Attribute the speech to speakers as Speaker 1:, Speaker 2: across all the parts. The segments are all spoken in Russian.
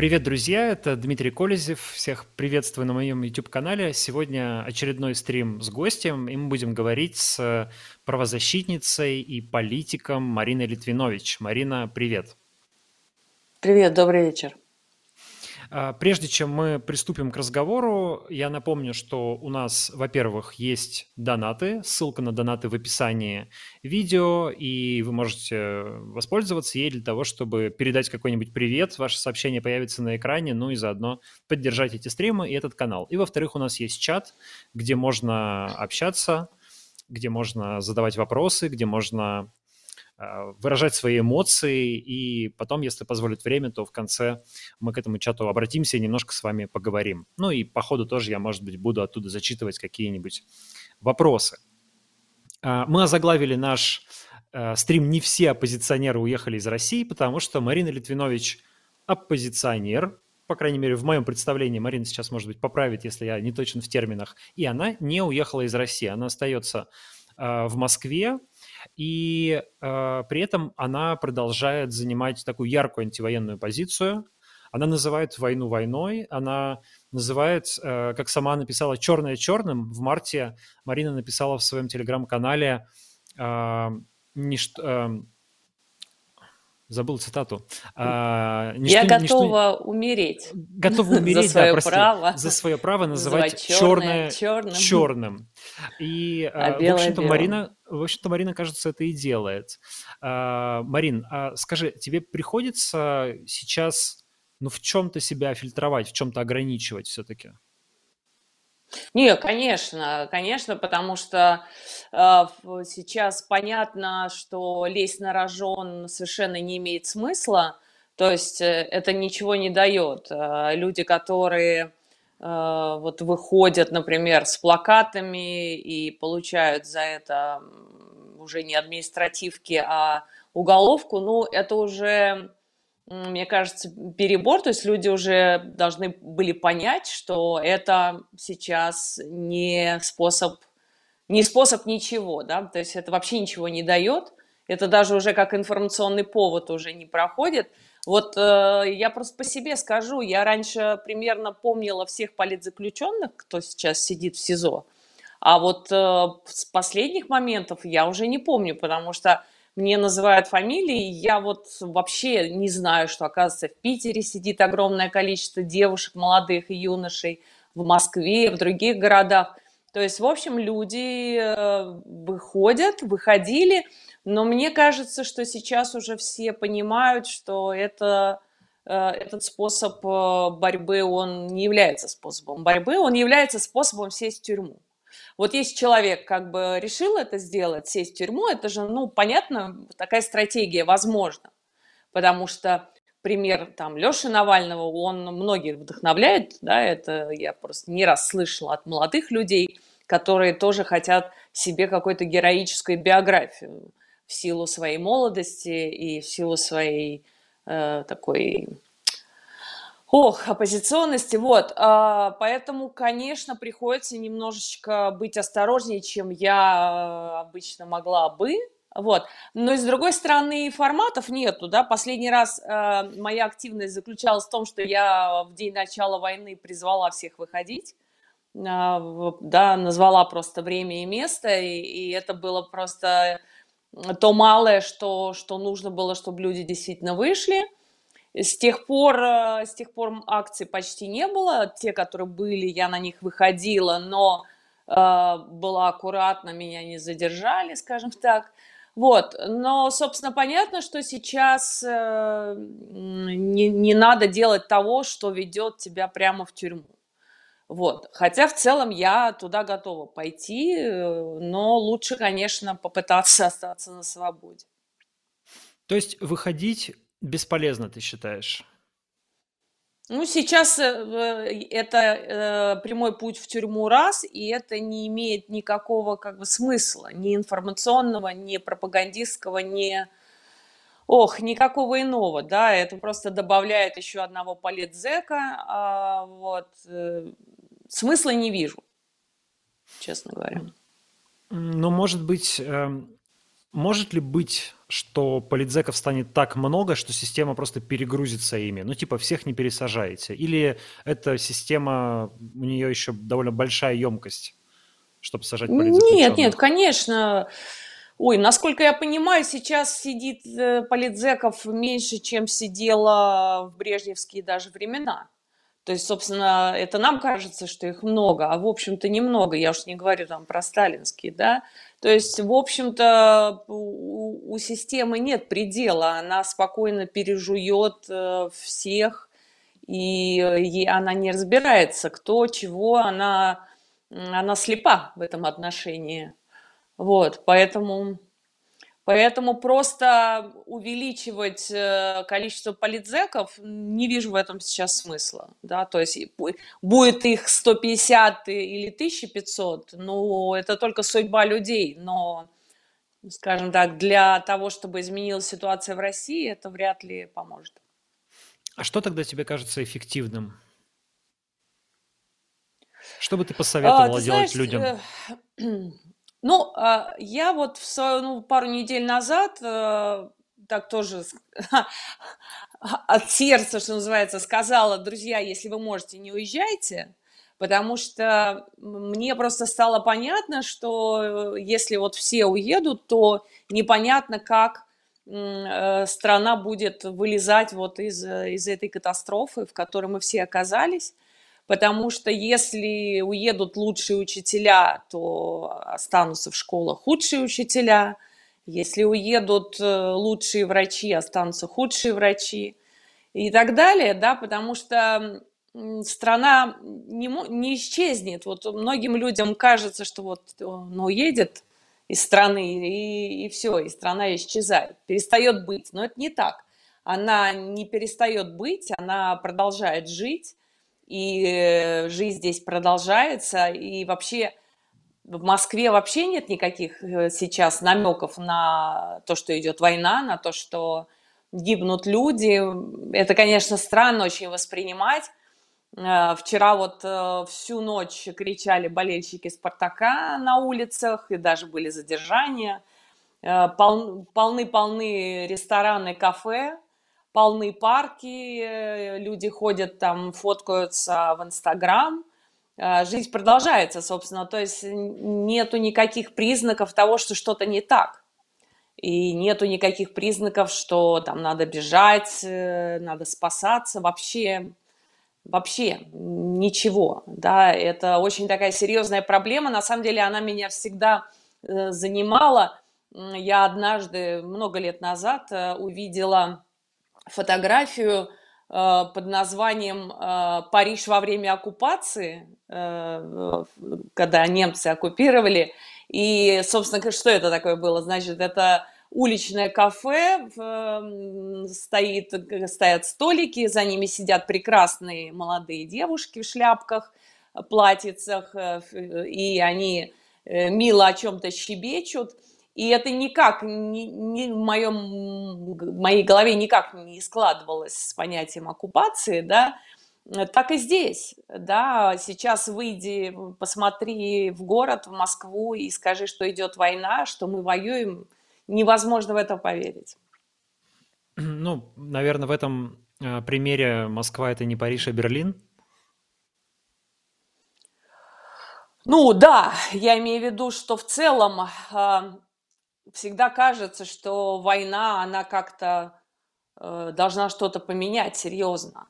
Speaker 1: Привет, друзья! Это Дмитрий Колезев. Всех приветствую на моем YouTube-канале. Сегодня очередной стрим с гостем, и мы будем говорить с правозащитницей и политиком Мариной Литвинович. Марина, привет!
Speaker 2: Привет, добрый вечер.
Speaker 1: Прежде чем мы приступим к разговору, я напомню, что у нас, во-первых, есть донаты, ссылка на донаты в описании видео, и вы можете воспользоваться ей для того, чтобы передать какой-нибудь привет, ваше сообщение появится на экране, ну и заодно поддержать эти стримы и этот канал. И, во-вторых, у нас есть чат, где можно общаться, где можно задавать вопросы, где можно выражать свои эмоции, и потом, если позволит время, то в конце мы к этому чату обратимся и немножко с вами поговорим. Ну и по ходу тоже я, может быть, буду оттуда зачитывать какие-нибудь вопросы. Мы озаглавили наш стрим «Не все оппозиционеры уехали из России», потому что Марина Литвинович оппозиционер, по крайней мере, в моем представлении, Марина сейчас, может быть, поправит, если я не точен в терминах, и она не уехала из России, она остается в Москве, и при этом она продолжает занимать такую яркую антивоенную позицию. Она называет войну войной, она называет, как сама написала, черное черным. В марте Марина написала в своем телеграм-канале, забыл цитату.
Speaker 2: Я готова умереть
Speaker 1: Готова
Speaker 2: за
Speaker 1: умереть, да,
Speaker 2: свое
Speaker 1: прости,
Speaker 2: право
Speaker 1: за свое право
Speaker 2: называть
Speaker 1: называть
Speaker 2: черное
Speaker 1: черное
Speaker 2: черным,
Speaker 1: черным. И,
Speaker 2: а
Speaker 1: в
Speaker 2: белое
Speaker 1: общем-то,
Speaker 2: белым.
Speaker 1: Марина, кажется, это и делает. Марин, скажи, тебе приходится сейчас, ну, в чем-то себя фильтровать, в чем-то ограничивать все-таки?
Speaker 2: Не, конечно, конечно, потому что сейчас понятно, что лезть на рожон совершенно не имеет смысла, то есть это ничего не дает. Люди, которые вот выходят, например, с плакатами и получают за это уже не административки, а уголовку, ну, это уже мне кажется, перебор. То есть люди уже должны были понять, что это сейчас не способ ничего, да, то есть это вообще ничего не дает. Это даже уже как информационный повод уже не проходит. Вот я просто по себе скажу, я раньше примерно помнила всех политзаключенных, кто сейчас сидит в СИЗО, а вот с последних моментов я уже не помню, потому что мне называют фамилии, и я вот вообще не знаю, что, оказывается, в Питере сидит огромное количество девушек, молодых и юношей, в Москве, в других городах. То есть, в общем, люди выходили, но мне кажется, что сейчас уже все понимают, что этот способ борьбы, он не является способом борьбы, он является способом сесть в тюрьму. Вот если человек как бы решил это сделать, сесть в тюрьму, это же, ну, понятно, такая стратегия возможна, потому что пример там Лёши Навального, он многих вдохновляет, да, это я просто не раз слышала от молодых людей, которые тоже хотят себе какую-то героическую биографию в силу своей молодости и в силу своей такой оппозиционности, вот, поэтому, конечно, приходится немножечко быть осторожнее, чем я обычно могла бы, вот. Но, с другой стороны, форматов нету, да, последний раз моя активность заключалась в том, что я в день начала войны призвала всех выходить, да, назвала просто время и место, и это было просто то малое, что нужно было, чтобы люди действительно вышли. С тех пор акций почти не было. Те, которые были, я на них выходила, но была аккуратна, меня не задержали, скажем так. Вот. Но, собственно, понятно, что сейчас не надо делать того, что ведет тебя прямо в тюрьму. Вот. Хотя в целом я туда готова пойти, но лучше, конечно, попытаться остаться на свободе.
Speaker 1: То есть выходить бесполезно, ты считаешь?
Speaker 2: Ну, сейчас это прямой путь в тюрьму раз, и это не имеет никакого как бы смысла, ни информационного, ни пропагандистского, никакого иного, да, это просто добавляет еще одного политзека, вот, смысла не вижу, честно говоря.
Speaker 1: Ну, может быть, Может ли быть, что политзеков станет так много, что система просто перегрузится ими? Ну, типа, всех не пересажаете? Или эта система, у нее еще довольно большая емкость, чтобы сажать
Speaker 2: Нет, нет,
Speaker 1: политзаключенных?
Speaker 2: конечно. Ой, насколько я понимаю, сейчас сидит политзеков меньше, чем сидело в брежневские даже времена. То есть, собственно, это нам кажется, что их много, а в общем-то немного. Я уж не говорю там про сталинские, да. То есть, в общем-то, у системы нет предела, она спокойно пережует всех, и она не разбирается, кто, чего, она слепа в этом отношении. Вот, поэтому просто увеличивать количество политзеков не вижу в этом сейчас смысла. Да? То есть будет их 150 или 1500, ну, это только судьба людей. Но, скажем так, для того, чтобы изменилась ситуация в России, это вряд ли поможет.
Speaker 1: А что тогда тебе кажется эффективным? Что бы ты посоветовала
Speaker 2: Ты
Speaker 1: делать
Speaker 2: знаешь,
Speaker 1: людям?
Speaker 2: ну, я вот пару недель назад так тоже от сердца, что называется, сказала: друзья, если вы можете, не уезжайте, потому что мне просто стало понятно, что если вот все уедут, то непонятно, как страна будет вылезать вот из этой катастрофы, в которой мы все оказались. Потому что если уедут лучшие учителя, то останутся в школах худшие учителя. Если уедут лучшие врачи, останутся худшие врачи и так далее, да, потому что страна не исчезнет. Вот многим людям кажется, что вот он уедет из страны, и все, и страна исчезает, перестает быть. Но это не так. Она не перестает быть, она продолжает жить, и жизнь здесь продолжается, и вообще в Москве вообще нет никаких сейчас намеков на то, что идет война, на то, что гибнут люди. Это, конечно, странно очень воспринимать. Вчера вот всю ночь кричали болельщики «Спартака» на улицах, и даже были задержания. Полны-полны рестораны, кафе, полны парки, люди ходят там, фоткаются в Инстаграм. Жизнь продолжается, собственно, то есть нету никаких признаков того, что что-то не так. И нету никаких признаков, что там надо бежать, надо спасаться. Вообще ничего. Да, это очень такая серьезная проблема. На самом деле она меня всегда занимала. Я однажды, много лет назад, увидела фотографию под названием «Париж во время оккупации», когда немцы оккупировали. И, собственно, что это такое было? Значит, это уличное кафе, стоят столики, за ними сидят прекрасные молодые девушки в шляпках, платьицах, и они мило о чем-то щебечут. И это никак в моей голове никак не складывалось с понятием оккупации, да, так и здесь, да, сейчас выйди, посмотри в город, в Москву и скажи, что идет война, что мы воюем, невозможно в это поверить.
Speaker 1: Ну, наверное, в этом примере Москва — это не Париж, а Берлин.
Speaker 2: Ну да, я имею в виду, что в целом всегда кажется, что война, она как-то должна что-то поменять серьезно.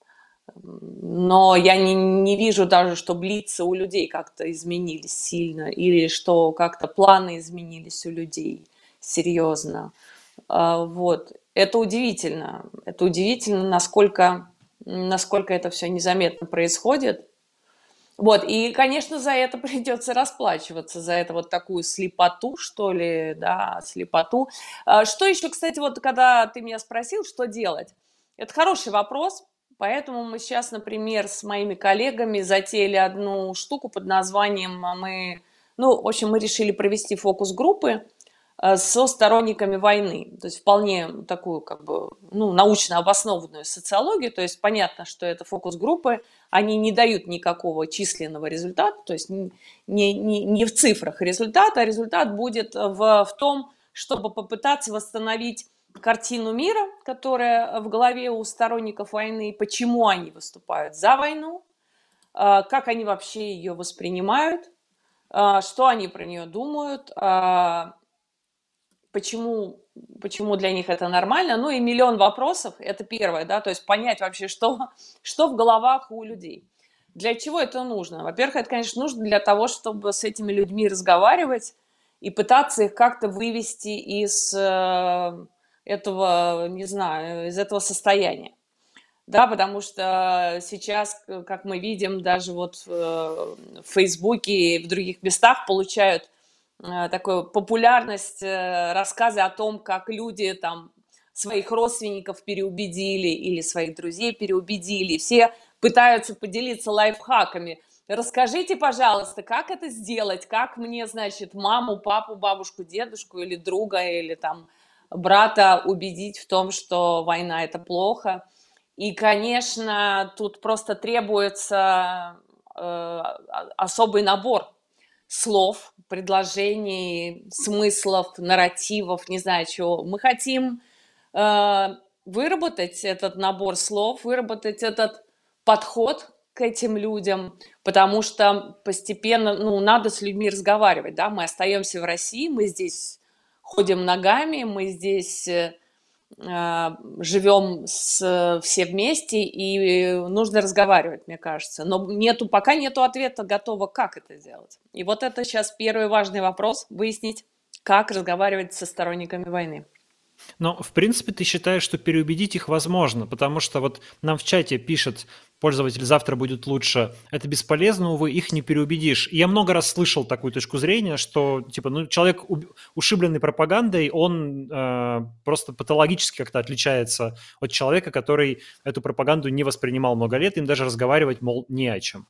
Speaker 2: Но я не вижу даже, что лица у людей как-то изменились сильно, или что как-то планы изменились у людей серьезно. Вот. Это удивительно. Это удивительно, насколько это все незаметно происходит. Вот, и, конечно, за это придется расплачиваться, за это вот такую слепоту, что ли, да, слепоту. Что еще, кстати, вот когда ты меня спросил, что делать? Это хороший вопрос, поэтому мы сейчас, например, с моими коллегами затеяли одну штуку под названием в общем, мы решили провести фокус-группы со сторонниками войны. То есть вполне такую, как бы, научно обоснованную социологию. То есть понятно, что это фокус-группы, они не дают никакого численного результата, то есть не в цифрах результат, а результат будет в том, чтобы попытаться восстановить картину мира, которая в голове у сторонников войны, почему они выступают за войну, как они вообще ее воспринимают, что они про нее думают, почему для них это нормально, ну и миллион вопросов, это первое, да, то есть понять вообще, что в головах у людей. Для чего это нужно? Во-первых, это, конечно, нужно для того, чтобы с этими людьми разговаривать и пытаться их как-то вывести из этого, не знаю, из этого состояния. Да, потому что сейчас, как мы видим, даже вот в Фейсбуке и в других местах получают такую популярность рассказы о том, как люди там своих родственников переубедили или своих друзей переубедили. Все пытаются поделиться лайфхаками. Расскажите, пожалуйста, как это сделать, как мне, значит, маму, папу, бабушку, дедушку или друга, или там брата убедить в том, что война – это плохо. И, конечно, тут просто требуется особый набор слов, предложений, смыслов, нарративов, не знаю чего. Мы хотим выработать этот набор слов, выработать этот подход к этим людям, потому что постепенно, надо с людьми разговаривать, да, мы остаемся в России, мы здесь ходим ногами, мы здесь живем все вместе, и нужно разговаривать, мне кажется. Но пока нету ответа готового, как это делать. И вот это сейчас первый важный вопрос, выяснить, как разговаривать со сторонниками войны.
Speaker 1: Но, в принципе, ты считаешь, что переубедить их возможно, потому что вот нам в чате пишет пользователь «завтра будет лучше». Это бесполезно, увы, их не переубедишь. И я много раз слышал такую точку зрения, что типа, человек, ушибленный пропагандой, он просто патологически как-то отличается от человека, который эту пропаганду не воспринимал много лет, им даже разговаривать, мол, не о чем.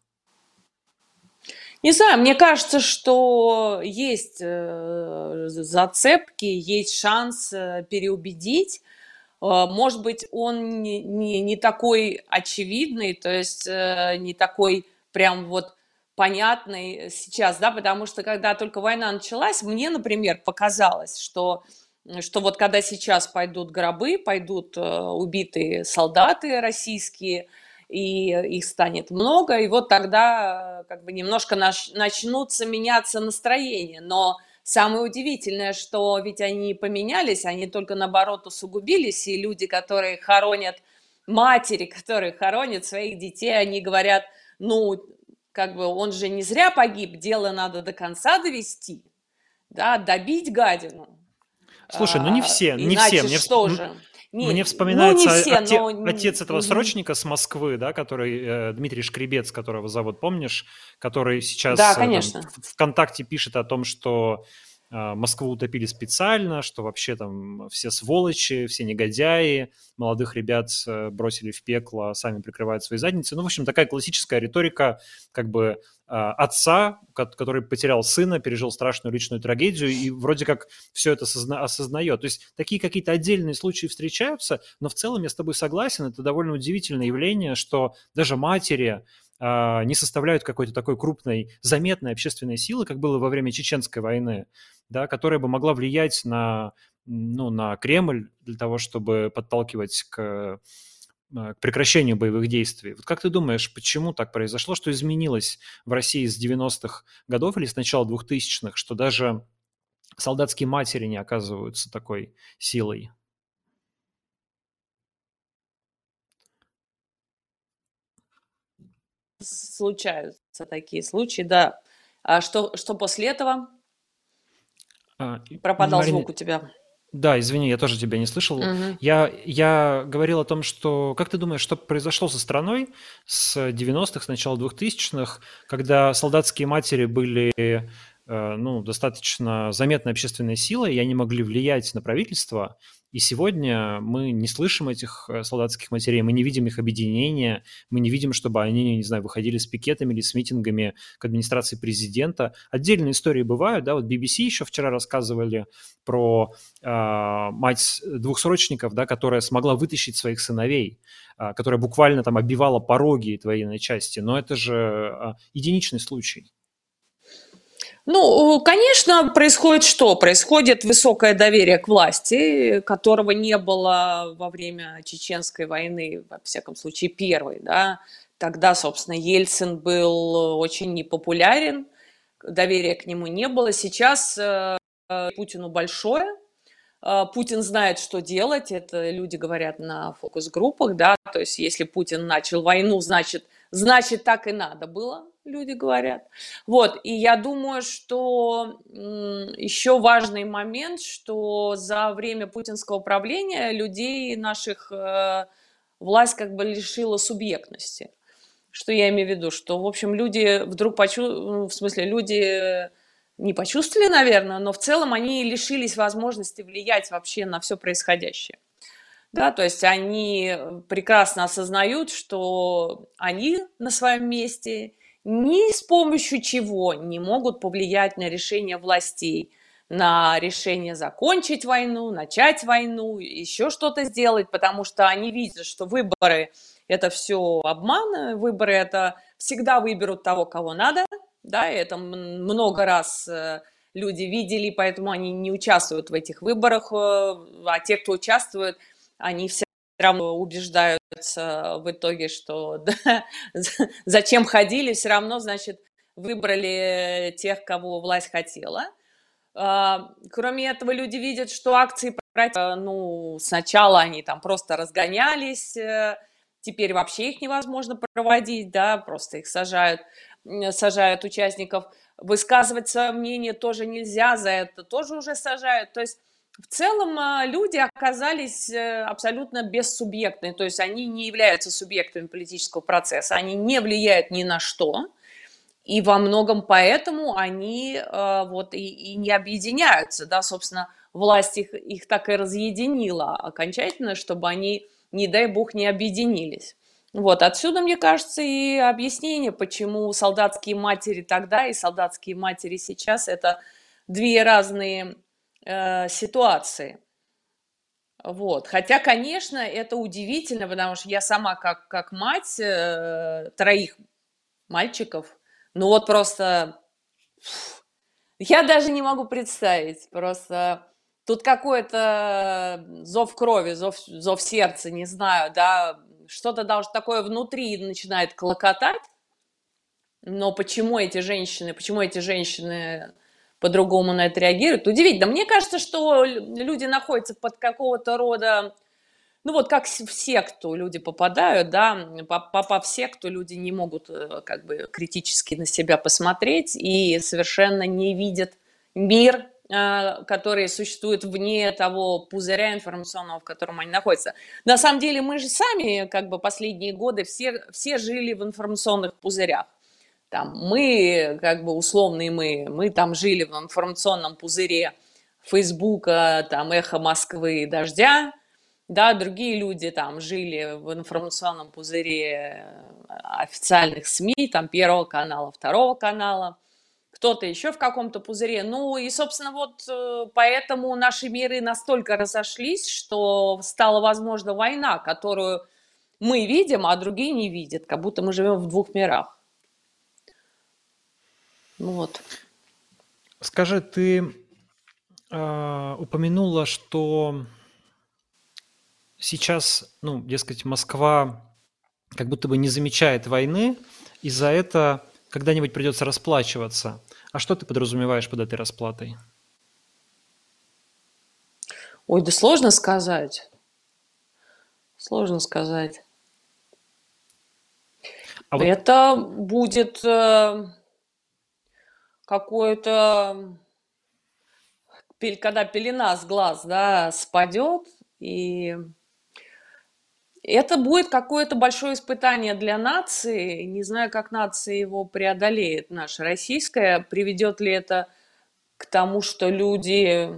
Speaker 2: Не знаю, мне кажется, что есть зацепки, есть шанс переубедить. Может быть, он не такой очевидный, то есть не такой прям вот понятный сейчас, да, потому что когда только война началась, мне, например, показалось, что вот когда сейчас пойдут гробы, пойдут убитые солдаты российские, и их станет много, и вот тогда как бы немножко начнутся меняться настроения. Но самое удивительное, что ведь они не поменялись, они только наоборот усугубились, и люди, которые хоронят, матери, которые хоронят своих детей, они говорят, как бы он же не зря погиб, дело надо до конца довести, да, добить гадину.
Speaker 1: Слушай, не все,
Speaker 2: иначе
Speaker 1: не все.
Speaker 2: Что же?
Speaker 1: Мне вспоминается
Speaker 2: не все,
Speaker 1: отец этого срочника с Москвы, да, который Дмитрий Шкребец, которого зовут, помнишь, который сейчас
Speaker 2: да, конечно.
Speaker 1: ВКонтакте пишет о том, что Москву утопили специально, что вообще там все сволочи, все негодяи, молодых ребят бросили в пекло, сами прикрывают свои задницы. В общем, такая классическая риторика как бы отца, который потерял сына, пережил страшную личную трагедию и вроде как все это осознает. То есть такие какие-то отдельные случаи встречаются, но в целом я с тобой согласен, это довольно удивительное явление, что даже матери не составляют какой-то такой крупной, заметной общественной силы, как было во время Чеченской войны, да, которая бы могла влиять на Кремль для того, чтобы подталкивать к прекращению боевых действий. Вот как ты думаешь, почему так произошло, что изменилось в России с 90-х годов или с начала 2000-х, что даже солдатские матери не оказываются такой силой?
Speaker 2: Случаются такие случаи, да. А что после этого? Пропадал
Speaker 1: Марина,
Speaker 2: звук у тебя.
Speaker 1: да, извини, я тоже тебя не слышал.
Speaker 2: Угу.
Speaker 1: Я говорил о том, что... Как ты думаешь, что произошло со страной с 90-х, с начала 2000-х, когда солдатские матери были достаточно заметной общественной силой, и они могли влиять на правительство, и сегодня мы не слышим этих солдатских матерей, мы не видим их объединения, мы не видим, чтобы они, не знаю, выходили с пикетами или с митингами к администрации президента. Отдельные истории бывают, да, вот BBC еще вчера рассказывали про мать двух срочников, да, которая смогла вытащить своих сыновей, которая буквально там оббивала пороги военной части, но это же единичный случай.
Speaker 2: Ну, конечно, происходит что? Происходит высокое доверие к власти, которого не было во время Чеченской войны, во всяком случае, первой, да. Тогда, собственно, Ельцин был очень непопулярен, доверия к нему не было. Сейчас Путину большое. Путин знает, что делать. Это люди говорят на фокус-группах, да. То есть, если Путин начал войну, значит, так и надо было, люди говорят. Вот, и я думаю, что еще важный момент, что за время путинского правления людей наших власть как бы лишила субъектности. Что я имею в виду? Что, в общем, люди вдруг почувствовали, в смысле, люди не почувствовали, наверное, но в целом они лишились возможности влиять вообще на все происходящее. Да, то есть они прекрасно осознают, что они на своем месте ни с помощью чего не могут повлиять на решение властей, на решение закончить войну, начать войну, еще что-то сделать, потому что они видят, что выборы – это все обман, выборы – это всегда выберут того, кого надо, да, и это много раз люди видели, поэтому они не участвуют в этих выборах, а те, кто участвует, они все равно убеждаются в итоге, что да, зачем ходили, все равно, значит, выбрали тех, кого власть хотела. Кроме этого, люди видят, что акции, ну, сначала они там просто разгонялись, теперь вообще их невозможно проводить, да, просто их сажают участников. Высказывать свое мнение тоже нельзя, за это тоже уже сажают. То есть в целом люди оказались абсолютно бессубъектны, то есть они не являются субъектами политического процесса, они не влияют ни на что, и во многом поэтому они вот и не объединяются, да, собственно, власть их так и разъединила окончательно, чтобы они, не дай бог, не объединились. Вот, отсюда, мне кажется, и объяснение, почему солдатские матери тогда и солдатские матери сейчас – это две разные ситуации. Вот. Хотя, конечно, это удивительно, потому что я сама как мать троих мальчиков, ну вот просто я даже не могу представить, просто тут какой-то зов крови, зов сердца, не знаю, да, что-то должно такое внутри начинает клокотать, но почему эти женщины по-другому на это реагируют? Удивительно. Мне кажется, что люди находятся под какого-то рода, ну вот как в секту люди попадают, да, попав в секту, люди не могут как бы критически на себя посмотреть и совершенно не видят мир, который существует вне того пузыря информационного, в котором они находятся. На самом деле мы же сами как бы последние годы все жили в информационных пузырях. Там мы, как бы условные мы там жили в информационном пузыре Фейсбука, там Эхо Москвы, Дождя, да, другие люди там жили в информационном пузыре официальных СМИ, там Первого канала, Второго канала, кто-то еще в каком-то пузыре. Ну и, собственно, вот поэтому наши миры настолько разошлись, что стала возможна война, которую мы видим, а другие не видят, как будто мы живем в двух мирах. Ну вот.
Speaker 1: Скажи, ты упомянула, что сейчас, ну, дескать, Москва как будто бы не замечает войны, и за это когда-нибудь придется расплачиваться. А что ты подразумеваешь под этой расплатой?
Speaker 2: Ой, да сложно сказать. Сложно сказать.
Speaker 1: А вот
Speaker 2: Это будет какое-то, когда пелена с глаз, да, спадет, и это будет какое-то большое испытание для нации. Не знаю, как нация его преодолеет, наша российская. Приведет ли это к тому, что люди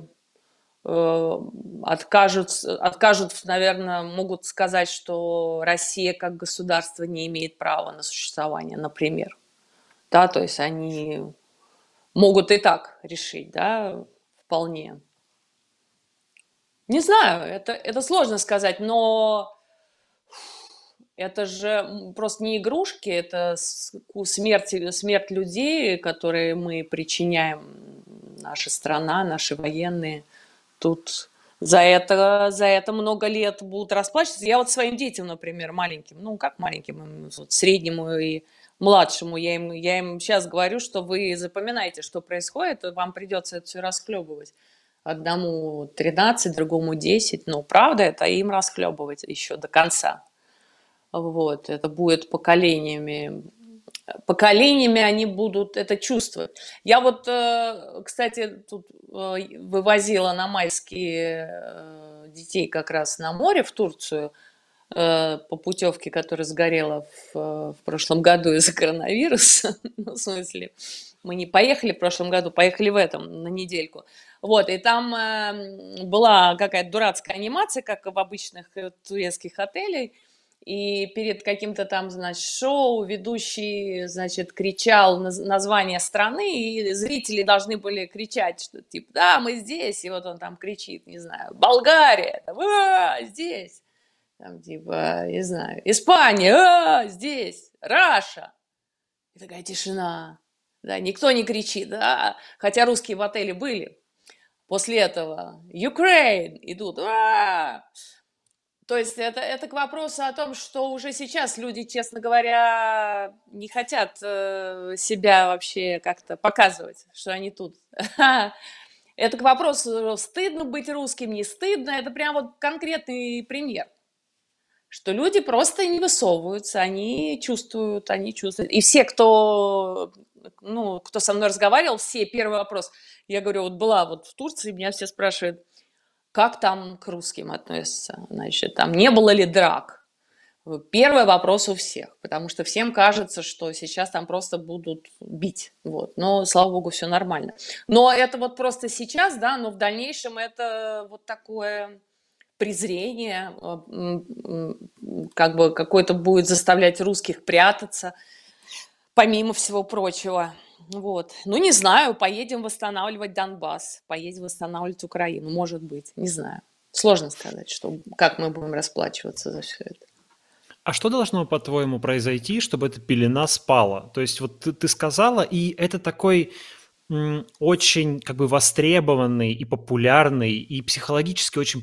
Speaker 2: откажут, наверное, могут сказать, что Россия как государство не имеет права на существование, например. Да, то есть они могут и так решить, да, вполне. Не знаю, это сложно сказать, но Это же просто не игрушки, это смерть людей, которые мы причиняем, наша страна, наши военные. Тут за это много лет будут расплачиваться. Я вот своим детям, например, маленьким, ну как маленьким, вот среднему и младшему, я им сейчас говорю, что вы запоминаете, что происходит, и вам придется это все расхлебывать. Одному 13, другому 10. Ну, правда, это им расхлебывать еще до конца. Вот, это будет поколениями. Поколениями они будут это чувствовать. Я вот, кстати, тут вывозила на майские детей как раз на море в Турцию по путевке, которая сгорела в прошлом году из-за коронавируса. Ну, в смысле, мы не поехали в прошлом году, поехали в этом на недельку. Вот, и там была какая-то дурацкая анимация, как в обычных турецких отелях. И перед каким-то там, значит, шоу ведущий, значит, кричал название страны, и зрители должны были кричать, что типа, да, мы здесь, и вот он там кричит, не знаю, Болгария, там, здесь, там, типа, не знаю, Испания, здесь, Раша. И такая тишина, да, никто не кричит, да, хотя русские в отеле были. После этого Ukraine идут, То есть это к вопросу о том, что уже сейчас люди, честно говоря, не хотят себя вообще как-то показывать, что они тут. Это к вопросу, стыдно быть русским, не стыдно. Это прям вот конкретный пример, что люди просто не высовываются, они чувствуют, они чувствуют. И все, кто со мной разговаривал, все, первый вопрос, я говорю, вот была вот в Турции, меня все спрашивают, как там к русским относятся, значит, там не было ли драк? Первый вопрос у всех, потому что всем кажется, что сейчас там просто будут бить, вот. Но, слава богу, все нормально. Но это вот просто сейчас, да, но в дальнейшем это вот такое презрение, как бы какое-то будет заставлять русских прятаться, помимо всего прочего. Вот. Ну, не знаю, поедем восстанавливать Донбасс, поедем восстанавливать Украину, может быть, не знаю. Сложно сказать, как мы будем расплачиваться за все это.
Speaker 1: А что должно, по-твоему, произойти, чтобы эта пелена спала? То есть вот ты сказала, и это такой очень как бы востребованный и популярный, и психологически очень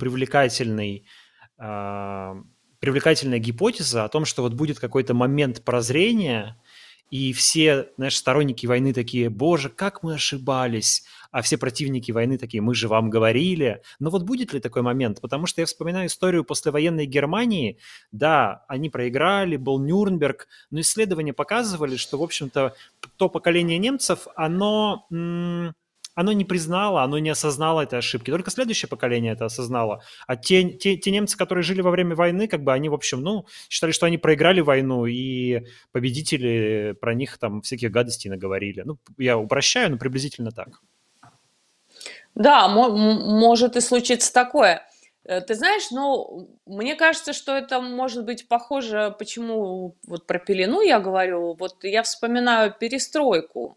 Speaker 1: привлекательная гипотеза о том, что вот будет какой-то момент прозрения, и все, знаешь, сторонники войны такие, боже, как мы ошибались, а все противники войны такие, мы же вам говорили. Но вот будет ли такой момент? Потому что я вспоминаю историю послевоенной Германии, да, они проиграли, был Нюрнберг, но исследования показывали, что, в общем-то, то поколение немцев, оно не признало, оно не осознало этой ошибки. Только следующее поколение это осознало. А те немцы, которые жили во время войны, как бы они, в общем, считали, что они проиграли войну, и победители про них там всяких гадостей наговорили. Ну, я упрощаю, но приблизительно так.
Speaker 2: Да, может и случиться такое. Ты знаешь, мне кажется, что это может быть похоже, почему вот про пелену я говорю. Вот я вспоминаю перестройку,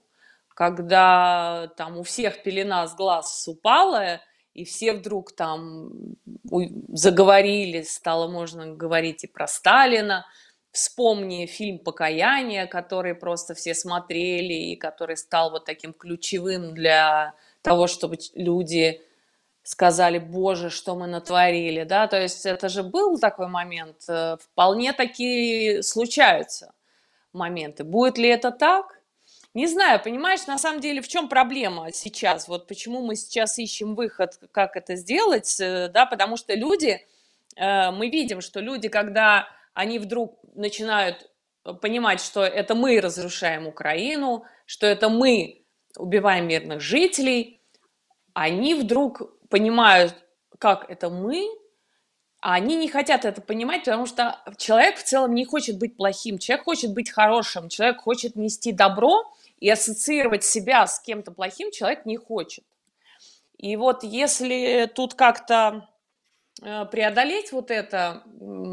Speaker 2: когда там у всех пелена с глаз упала, и все вдруг там заговорили, стало можно говорить и про Сталина. Вспомни фильм «Покаяние», который просто все смотрели, и который стал вот таким ключевым для того, чтобы люди сказали, боже, что мы натворили, да, то есть это же был такой момент, вполне такие случаются моменты. Будет ли это так? Не знаю, понимаешь, на самом деле в чем проблема сейчас, вот почему мы сейчас ищем выход, как это сделать, да, потому что люди, мы видим, что люди, когда они вдруг начинают понимать, что это мы разрушаем Украину, что это мы убиваем мирных жителей, они вдруг понимают, как это мы, а они не хотят это понимать, потому что человек в целом не хочет быть плохим, человек хочет быть хорошим, человек хочет нести добро, и ассоциировать себя с кем-то плохим человек не хочет. И вот если тут как-то преодолеть вот это,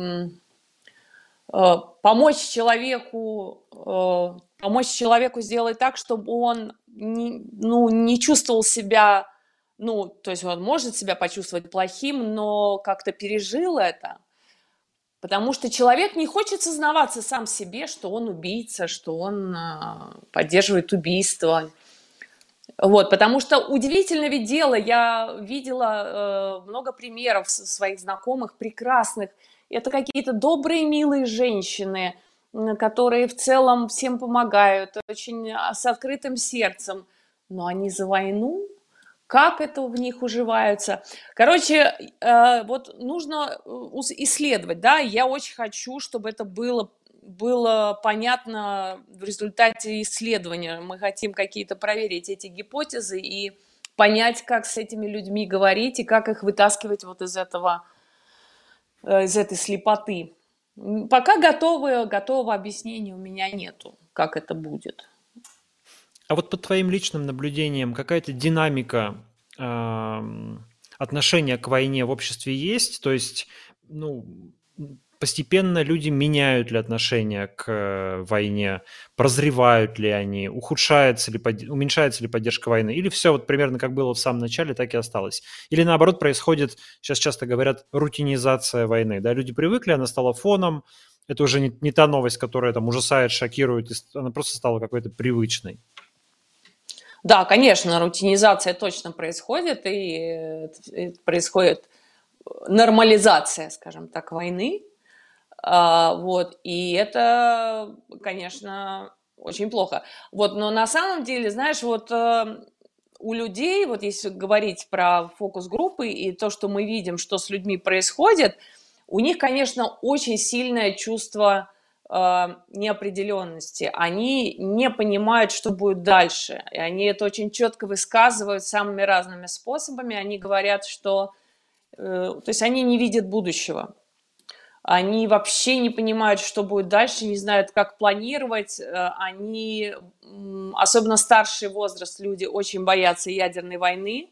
Speaker 2: помочь человеку сделать так, чтобы он не чувствовал себя, то есть он может себя почувствовать плохим, но как-то пережил это, Потому что человек не хочет сознаваться сам себе, что он убийца, что он поддерживает убийство. Вот, потому что удивительное ведь дело, я видела много примеров своих знакомых прекрасных. Это какие-то добрые, милые женщины, которые в целом всем помогают, очень с открытым сердцем. Но они за войну, как это в них уживается. Короче, вот нужно исследовать, да, я очень хочу, чтобы это было понятно в результате исследования. Мы хотим какие-то проверить эти гипотезы и понять, как с этими людьми говорить и как их вытаскивать вот из этого, из этой слепоты. Пока готового объяснения у меня нету, как это будет.
Speaker 1: А вот по твоим личным наблюдениям какая-то динамика отношения к войне в обществе есть? То есть, ну, постепенно люди меняют ли отношение к войне, прозревают ли они, уменьшается ли поддержка войны, или все вот примерно как было в самом начале, так и осталось? Или наоборот происходит, сейчас часто говорят, рутинизация войны, да, люди привыкли, она стала фоном, это уже не та новость, которая там ужасает, шокирует, она просто стала какой-то привычной.
Speaker 2: Да, конечно, рутинизация точно происходит, и происходит нормализация, скажем так, войны. Вот, и это, конечно, очень плохо. Вот, но на самом деле, знаешь, вот у людей, вот если говорить про фокус-группы и то, что мы видим, что с людьми происходит, у них, конечно, очень сильное чувство неопределенности. Они не понимают, что будет дальше. И они это очень четко высказывают самыми разными способами. Они говорят, что... то есть они не видят будущего. Они вообще не понимают, что будет дальше, не знают, как планировать. Они, особенно старший возраст, люди очень боятся ядерной войны,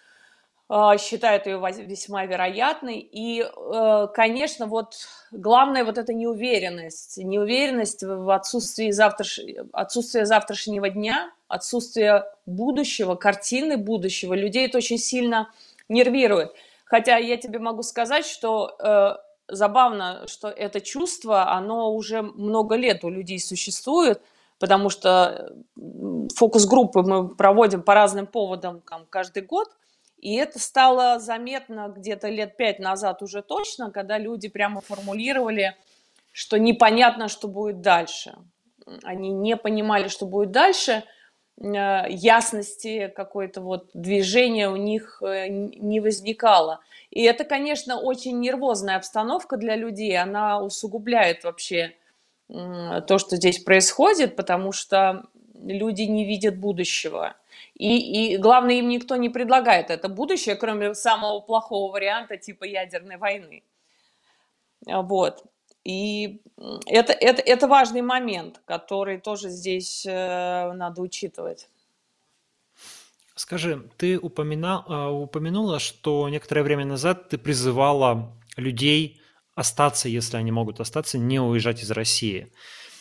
Speaker 2: считают ее весьма вероятной. И, конечно, вот главное вот эта неуверенность. Неуверенность в отсутствии отсутствие завтрашнего дня, отсутствие будущего, картины будущего. Людей это очень сильно нервирует. Хотя я тебе могу сказать, что забавно, что это чувство, оно уже много лет у людей существует, потому что фокус-группы мы проводим по разным поводам каждый год, и это стало заметно где-то лет 5 назад уже точно, когда люди прямо формулировали, что непонятно, что будет дальше. Они не понимали, что будет дальше, ясности какое-то вот движения у них не возникало. И это, конечно, очень нервозная обстановка для людей, она усугубляет вообще то, что здесь происходит, потому что люди не видят будущего. И главное, им никто не предлагает это будущее, кроме самого плохого варианта типа ядерной войны. Вот. И это важный момент, который тоже здесь надо учитывать.
Speaker 1: Скажи, ты упомянула, что некоторое время назад ты призывала людей остаться, если они могут остаться, не уезжать из России.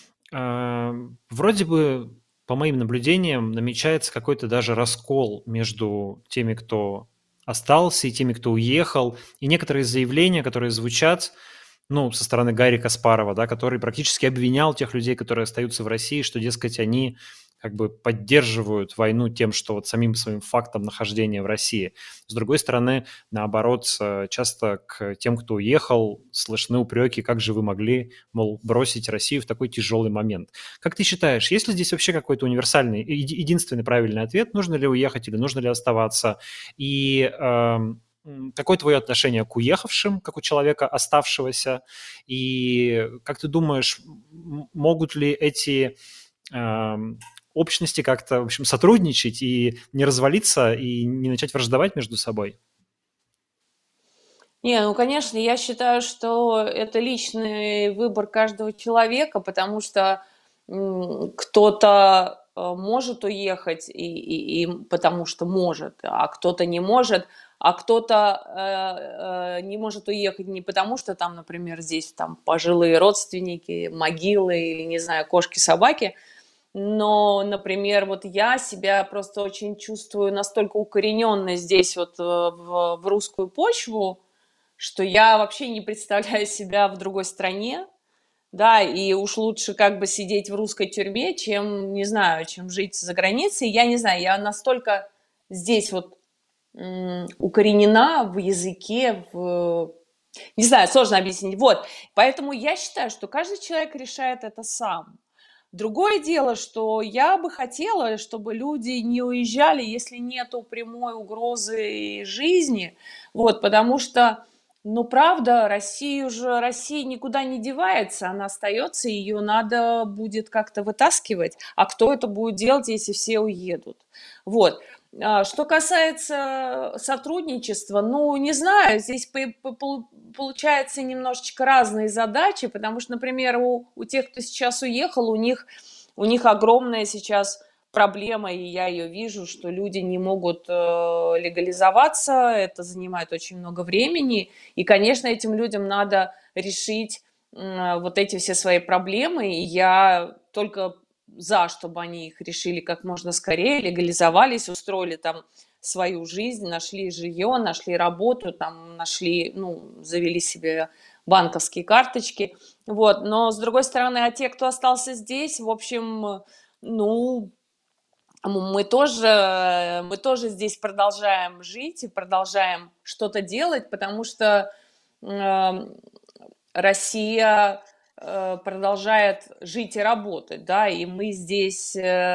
Speaker 1: Вроде бы, по моим наблюдениям, намечается какой-то даже раскол между теми, кто остался, и теми, кто уехал. И некоторые заявления, которые звучат, ну, со стороны Гарри Каспарова, да, который практически обвинял тех людей, которые остаются в России, что, дескать, они как бы поддерживают войну тем, что вот самим своим фактом нахождения в России. С другой стороны, наоборот, часто к тем, кто уехал, слышны упреки, как же вы могли, мол, бросить Россию в такой тяжелый момент. Как ты считаешь, есть ли здесь вообще какой-то универсальный, единственный правильный ответ, нужно ли уехать или нужно ли оставаться? И какое твое отношение к уехавшим, как у человека оставшегося? И как ты думаешь, могут ли эти общности как-то, в общем, сотрудничать и не развалиться, и не начать враждовать между собой?
Speaker 2: Не, ну, конечно, я считаю, что это личный выбор каждого человека, потому что кто-то может уехать, и потому что может, а кто-то не может, а кто-то не может уехать не потому, что там, например, здесь там пожилые родственники, могилы или, не знаю, кошки-собаки, но, например, вот я себя просто очень чувствую настолько укорененной здесь вот в русскую почву, что я вообще не представляю себя в другой стране, да, и уж лучше как бы сидеть в русской тюрьме, чем, не знаю, чем жить за границей. Я не знаю, я настолько здесь вот укоренена в языке, не знаю, сложно объяснить. Вот, поэтому я считаю, что каждый человек решает это сам. Другое дело, что я бы хотела, чтобы люди не уезжали, если нету прямой угрозы жизни, вот, потому что, ну, правда, Россия никуда не девается, она остается, ее надо будет как-то вытаскивать, а кто это будет делать, если все уедут? Вот. Что касается сотрудничества, ну, не знаю, здесь получается немножечко разные задачи, потому что, например, у тех, кто сейчас уехал, у них огромная сейчас проблема, и я ее вижу, что люди не могут легализоваться, это занимает очень много времени, и, конечно, этим людям надо решить вот эти все свои проблемы, и я только чтобы они их решили как можно скорее, легализовались, устроили там свою жизнь, нашли жилье, нашли работу, там нашли, ну, завели себе банковские карточки, вот. Но, с другой стороны, те, кто остался здесь, в общем, ну, мы тоже здесь продолжаем жить и продолжаем что-то делать, потому что Россия продолжает жить и работать, да, и мы здесь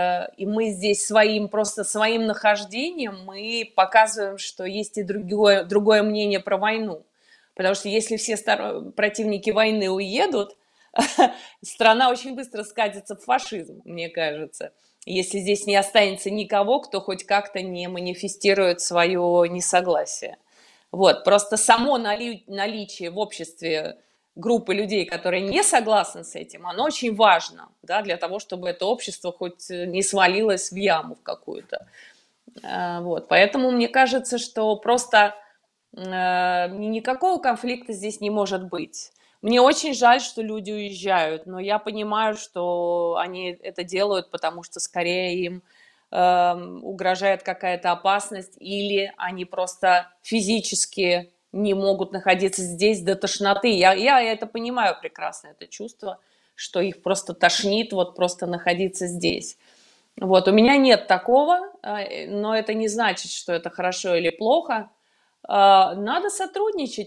Speaker 2: своим нахождением мы показываем, что есть и другое мнение про войну. Потому что если все противники войны уедут, страна очень быстро скатится в фашизм, мне кажется. Если здесь не останется никого, кто хоть как-то не манифестирует свое несогласие. Вот, просто само наличие в обществе группы людей, которые не согласны с этим, оно очень важно, да, для того, чтобы это общество хоть не свалилось в яму в какую-то. Вот, поэтому мне кажется, что просто никакого конфликта здесь не может быть. Мне очень жаль, что люди уезжают, но я понимаю, что они это делают, потому что скорее им угрожает какая-то опасность, или они просто физически не могут находиться здесь до тошноты. Я это понимаю прекрасно, это чувство, что их просто тошнит вот просто находиться здесь. Вот, у меня нет такого, но это не значит, что это хорошо или плохо. Надо сотрудничать,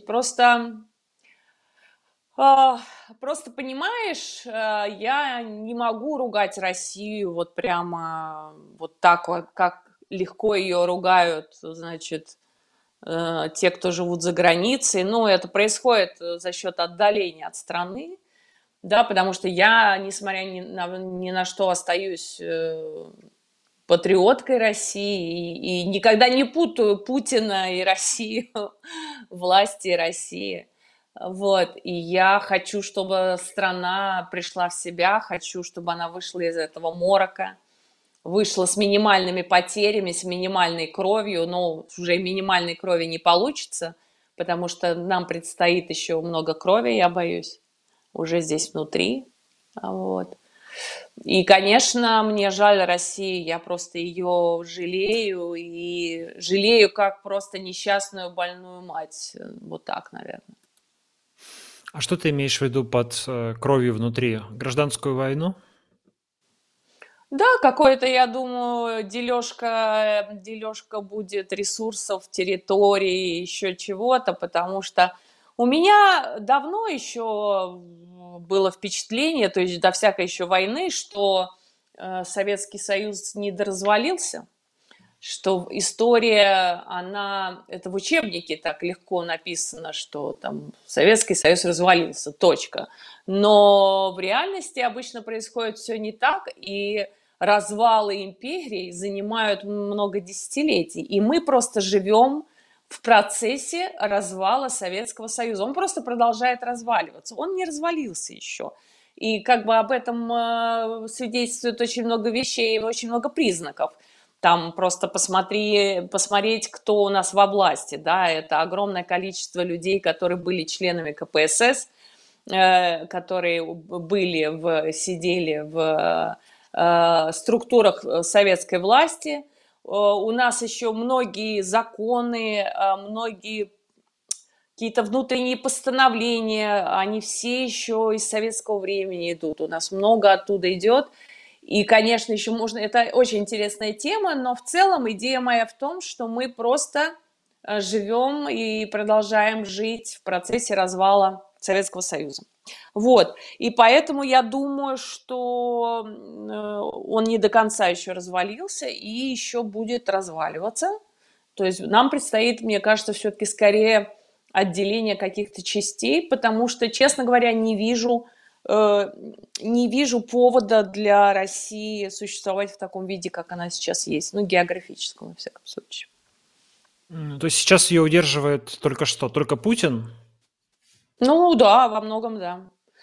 Speaker 2: просто понимаешь, я не могу ругать Россию вот прямо вот так вот, как легко ее ругают, значит, те, кто живут за границей. Ну, это происходит за счет отдаления от страны, да, потому что я, несмотря ни на что, остаюсь патриоткой России и никогда не путаю Путина и Россию, власти России. Вот, и я хочу, чтобы страна пришла в себя, хочу, чтобы она вышла из этого морока, вышла с минимальными потерями, с минимальной кровью, но уже минимальной крови не получится, потому что нам предстоит еще много крови, я боюсь, уже здесь внутри. Вот. И, конечно, мне жаль Россию, я просто ее жалею, и жалею как просто несчастную больную мать. Вот так, наверное.
Speaker 1: А что ты имеешь в виду под кровью внутри? Гражданскую войну?
Speaker 2: Да, какой-то, я думаю, дележка будет ресурсов, территории, еще чего-то, потому что у меня давно еще было впечатление, то есть до всякой еще войны, что Советский Союз недоразвалился, что история, это в учебнике так легко написано, что там Советский Союз развалился, точка. Но в реальности обычно происходит все не так, и развалы империй занимают много десятилетий, и мы просто живем в процессе развала Советского Союза. Он просто продолжает разваливаться, он не развалился еще. И как бы об этом свидетельствует очень много вещей, очень много признаков. Там просто посмотреть, кто у нас во власти, да, это огромное количество людей, которые были членами КПСС, которые сидели в структурах советской власти. У нас еще многие законы, многие какие-то внутренние постановления, они все еще из советского времени идут. У нас много оттуда идет. И, конечно, еще можно... Это очень интересная тема, но в целом идея моя в том, что мы просто живем и продолжаем жить в процессе развала Советского Союза. Вот. И поэтому я думаю, что он не до конца еще развалился и еще будет разваливаться. То есть нам предстоит, мне кажется, все-таки скорее отделение каких-то частей, потому что, честно говоря, не вижу повода для России существовать в таком виде, как она сейчас есть. Ну, географическом, во всяком случае.
Speaker 1: То есть сейчас ее удерживает только что? Только Путин?
Speaker 2: Ну, да, во многом, да.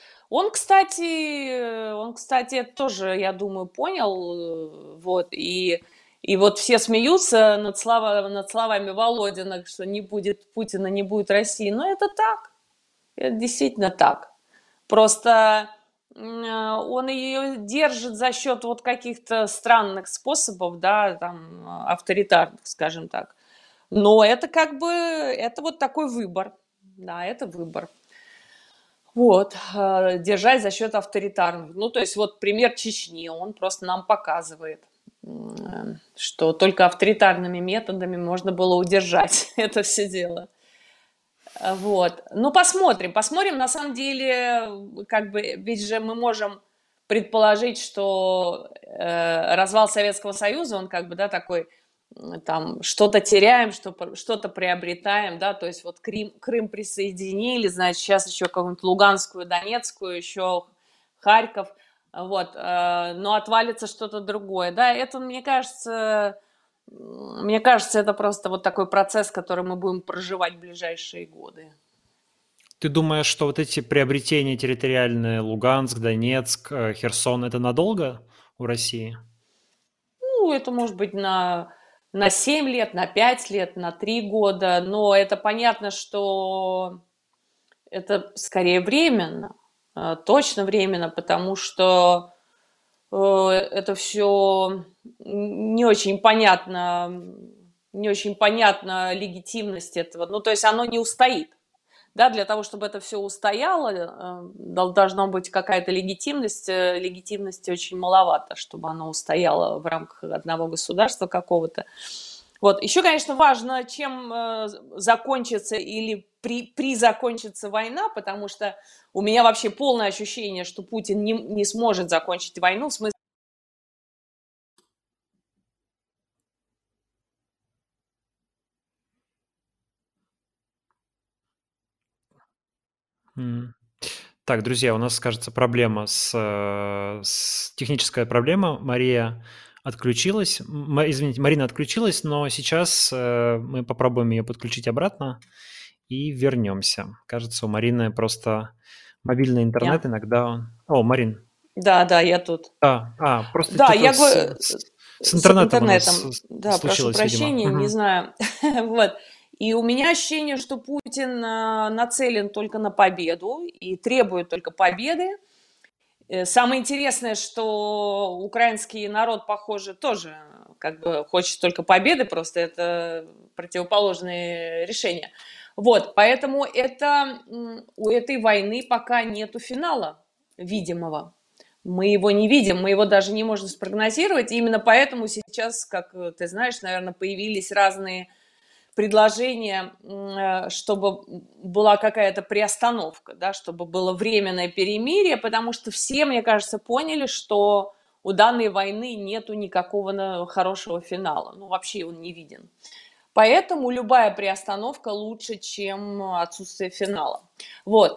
Speaker 2: Он, кстати, это тоже, я думаю, понял, вот, и вот все смеются над словами Володина, что не будет Путина, не будет России. Но это так, это действительно так. Просто он ее держит за счет вот каких-то странных способов, да, там, авторитарных, скажем так. Но это как бы, это вот такой выбор, да, это выбор. Вот, держать за счет авторитарных. Ну, то есть вот пример Чечни, он просто нам показывает, что только авторитарными методами можно было удержать это все дело. Вот. Ну, посмотрим. На самом деле, как бы, ведь же мы можем предположить, что развал Советского Союза, он как бы, да, такой, там, что-то теряем, что-то приобретаем, да, то есть вот Крым присоединили, значит, сейчас еще какую-нибудь Луганскую, Донецкую, еще Харьков, вот, но отвалится что-то другое, да, это, мне кажется, это просто вот такой процесс, который мы будем проживать в ближайшие годы.
Speaker 1: Ты думаешь, что вот эти приобретения территориальные, Луганск, Донецк, Херсон, это надолго у России?
Speaker 2: Ну, это может быть на 7 лет, на 5 лет, на 3 года, но это понятно, что это скорее временно, точно временно, потому что это все не очень понятно легитимность этого. Ну, то есть оно не устоит. Да, для того, чтобы это все устояло, должна быть какая-то легитимность. Легитимности очень маловато, чтобы оно устояло в рамках одного государства какого-то. Вот. Еще, конечно, важно, чем закончится или при закончится война, потому что у меня вообще полное ощущение, что Путин не сможет закончить войну, в смысле.
Speaker 1: М. Так, друзья, у нас, кажется, проблема техническая проблема. Мария отключилась. Извините, Марина отключилась, но сейчас мы попробуем ее подключить обратно и вернемся. Кажется, у Марины просто мобильный интернет иногда. О, Марин.
Speaker 2: Да, да, я тут.
Speaker 1: Просто
Speaker 2: Да,
Speaker 1: что-то
Speaker 2: я говорю,
Speaker 1: с
Speaker 2: с
Speaker 1: интернетом у нас
Speaker 2: интернетом. Да, прошу
Speaker 1: случилось, видимо.
Speaker 2: прощения, не знаю. Вот. И у меня ощущение, что Путин нацелен только на победу и требует только победы. Самое интересное, что украинский народ, похоже, тоже как бы хочет только победы, просто это противоположные решения. Вот, поэтому у этой войны пока нету финала видимого. Мы его не видим, мы его даже не можем спрогнозировать. И именно поэтому сейчас, как ты знаешь, наверное, появились разные предложение, чтобы была какая-то приостановка, да, чтобы было временное перемирие, потому что все, мне кажется, поняли, что у данной войны нету никакого хорошего финала. Ну, вообще он не виден. Поэтому любая приостановка лучше, чем отсутствие финала. Вот.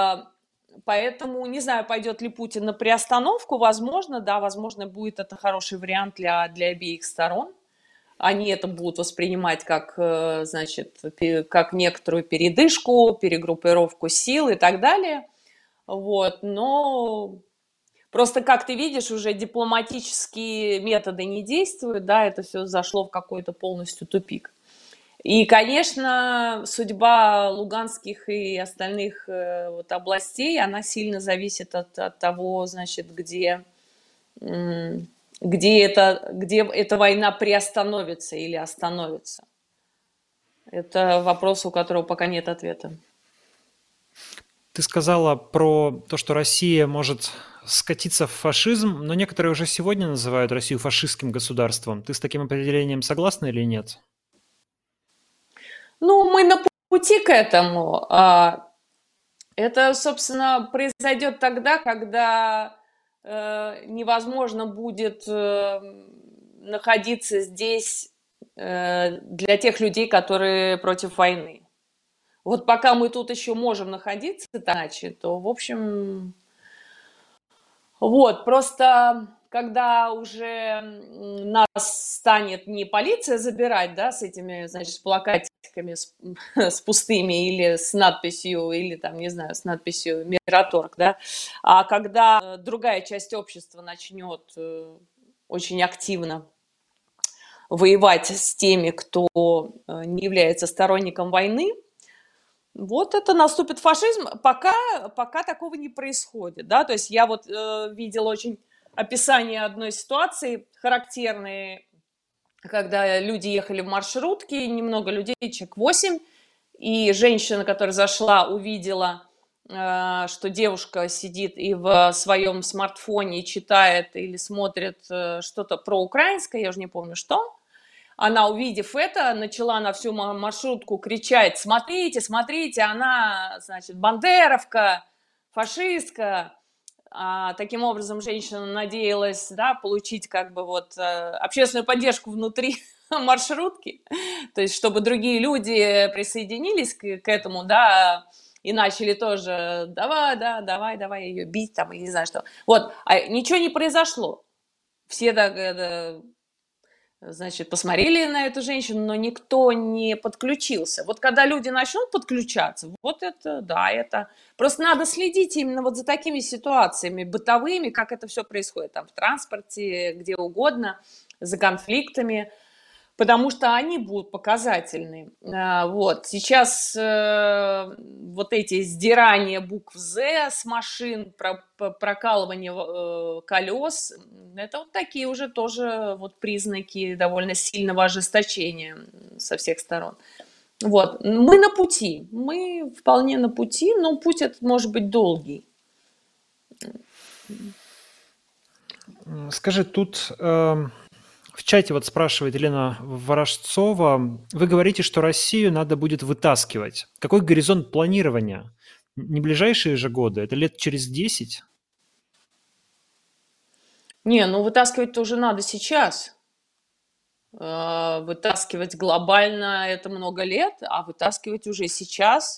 Speaker 2: Поэтому не знаю, пойдет ли Путин на приостановку. Возможно, да, возможно, будет это хороший вариант для обеих сторон. Они это будут воспринимать как, значит, как некоторую передышку, перегруппировку сил и так далее. Вот. Но просто, как ты видишь, уже дипломатические методы не действуют, да, это все зашло в какой-то полностью тупик. И, конечно, судьба луганских и остальных вот областей, она сильно зависит от того, значит, где эта война приостановится или остановится. Это вопрос, у которого пока нет ответа.
Speaker 1: Ты сказала про то, что Россия может скатиться в фашизм, но некоторые уже сегодня называют Россию фашистским государством. Ты с таким определением согласна или нет?
Speaker 2: Ну, мы на пути к этому. Это, собственно, произойдет тогда, когда невозможно будет находиться здесь для тех людей, которые против войны. Вот пока мы тут еще можем находиться иначе, то, в общем, вот, просто когда уже нас станет не полиция забирать, да, с этими, значит, с плакатиками, с пустыми или с надписью, или там, не знаю, с надписью «Мираторг», да, а когда другая часть общества начнет очень активно воевать с теми, кто не является сторонником войны, вот это наступит фашизм, пока такого не происходит, да, то есть я вот видела очень описание одной ситуации характерной, когда люди ехали в маршрутке, немного людей, человек 8, и женщина, которая зашла, увидела, что девушка сидит и в своем смартфоне читает или смотрит что-то проукраинское, я уже не помню что. Она, увидев это, начала на всю маршрутку кричать: смотрите, смотрите, она, значит, бандеровка, фашистка. Таким образом, женщина надеялась, да, получить как бы вот общественную поддержку внутри маршрутки, то есть чтобы другие люди присоединились к этому, да, и начали тоже: давай, да, давай ее бить, там, и не знаю что. Вот, ничего не произошло. Все так, значит, посмотрели на эту женщину, но никто не подключился. Вот когда люди начнут подключаться, вот это, да, это... Просто надо следить именно вот за такими ситуациями бытовыми, как это все происходит там в транспорте, где угодно, за конфликтами, потому что они будут показательны. Вот. Сейчас вот эти сдирания букв «З» с машин, прокалывание колес, это вот такие уже тоже вот признаки довольно сильного ожесточения со всех сторон. Вот. Мы на пути, мы вполне на пути, но путь этот может быть долгий.
Speaker 1: Скажи, тут в чате вот спрашивает Елена Ворожцова, вы говорите, что Россию надо будет вытаскивать. Какой горизонт планирования? Не ближайшие же годы, это лет через 10?
Speaker 2: Не, ну вытаскивать тоже надо сейчас. Вытаскивать глобально это много лет, а вытаскивать уже сейчас,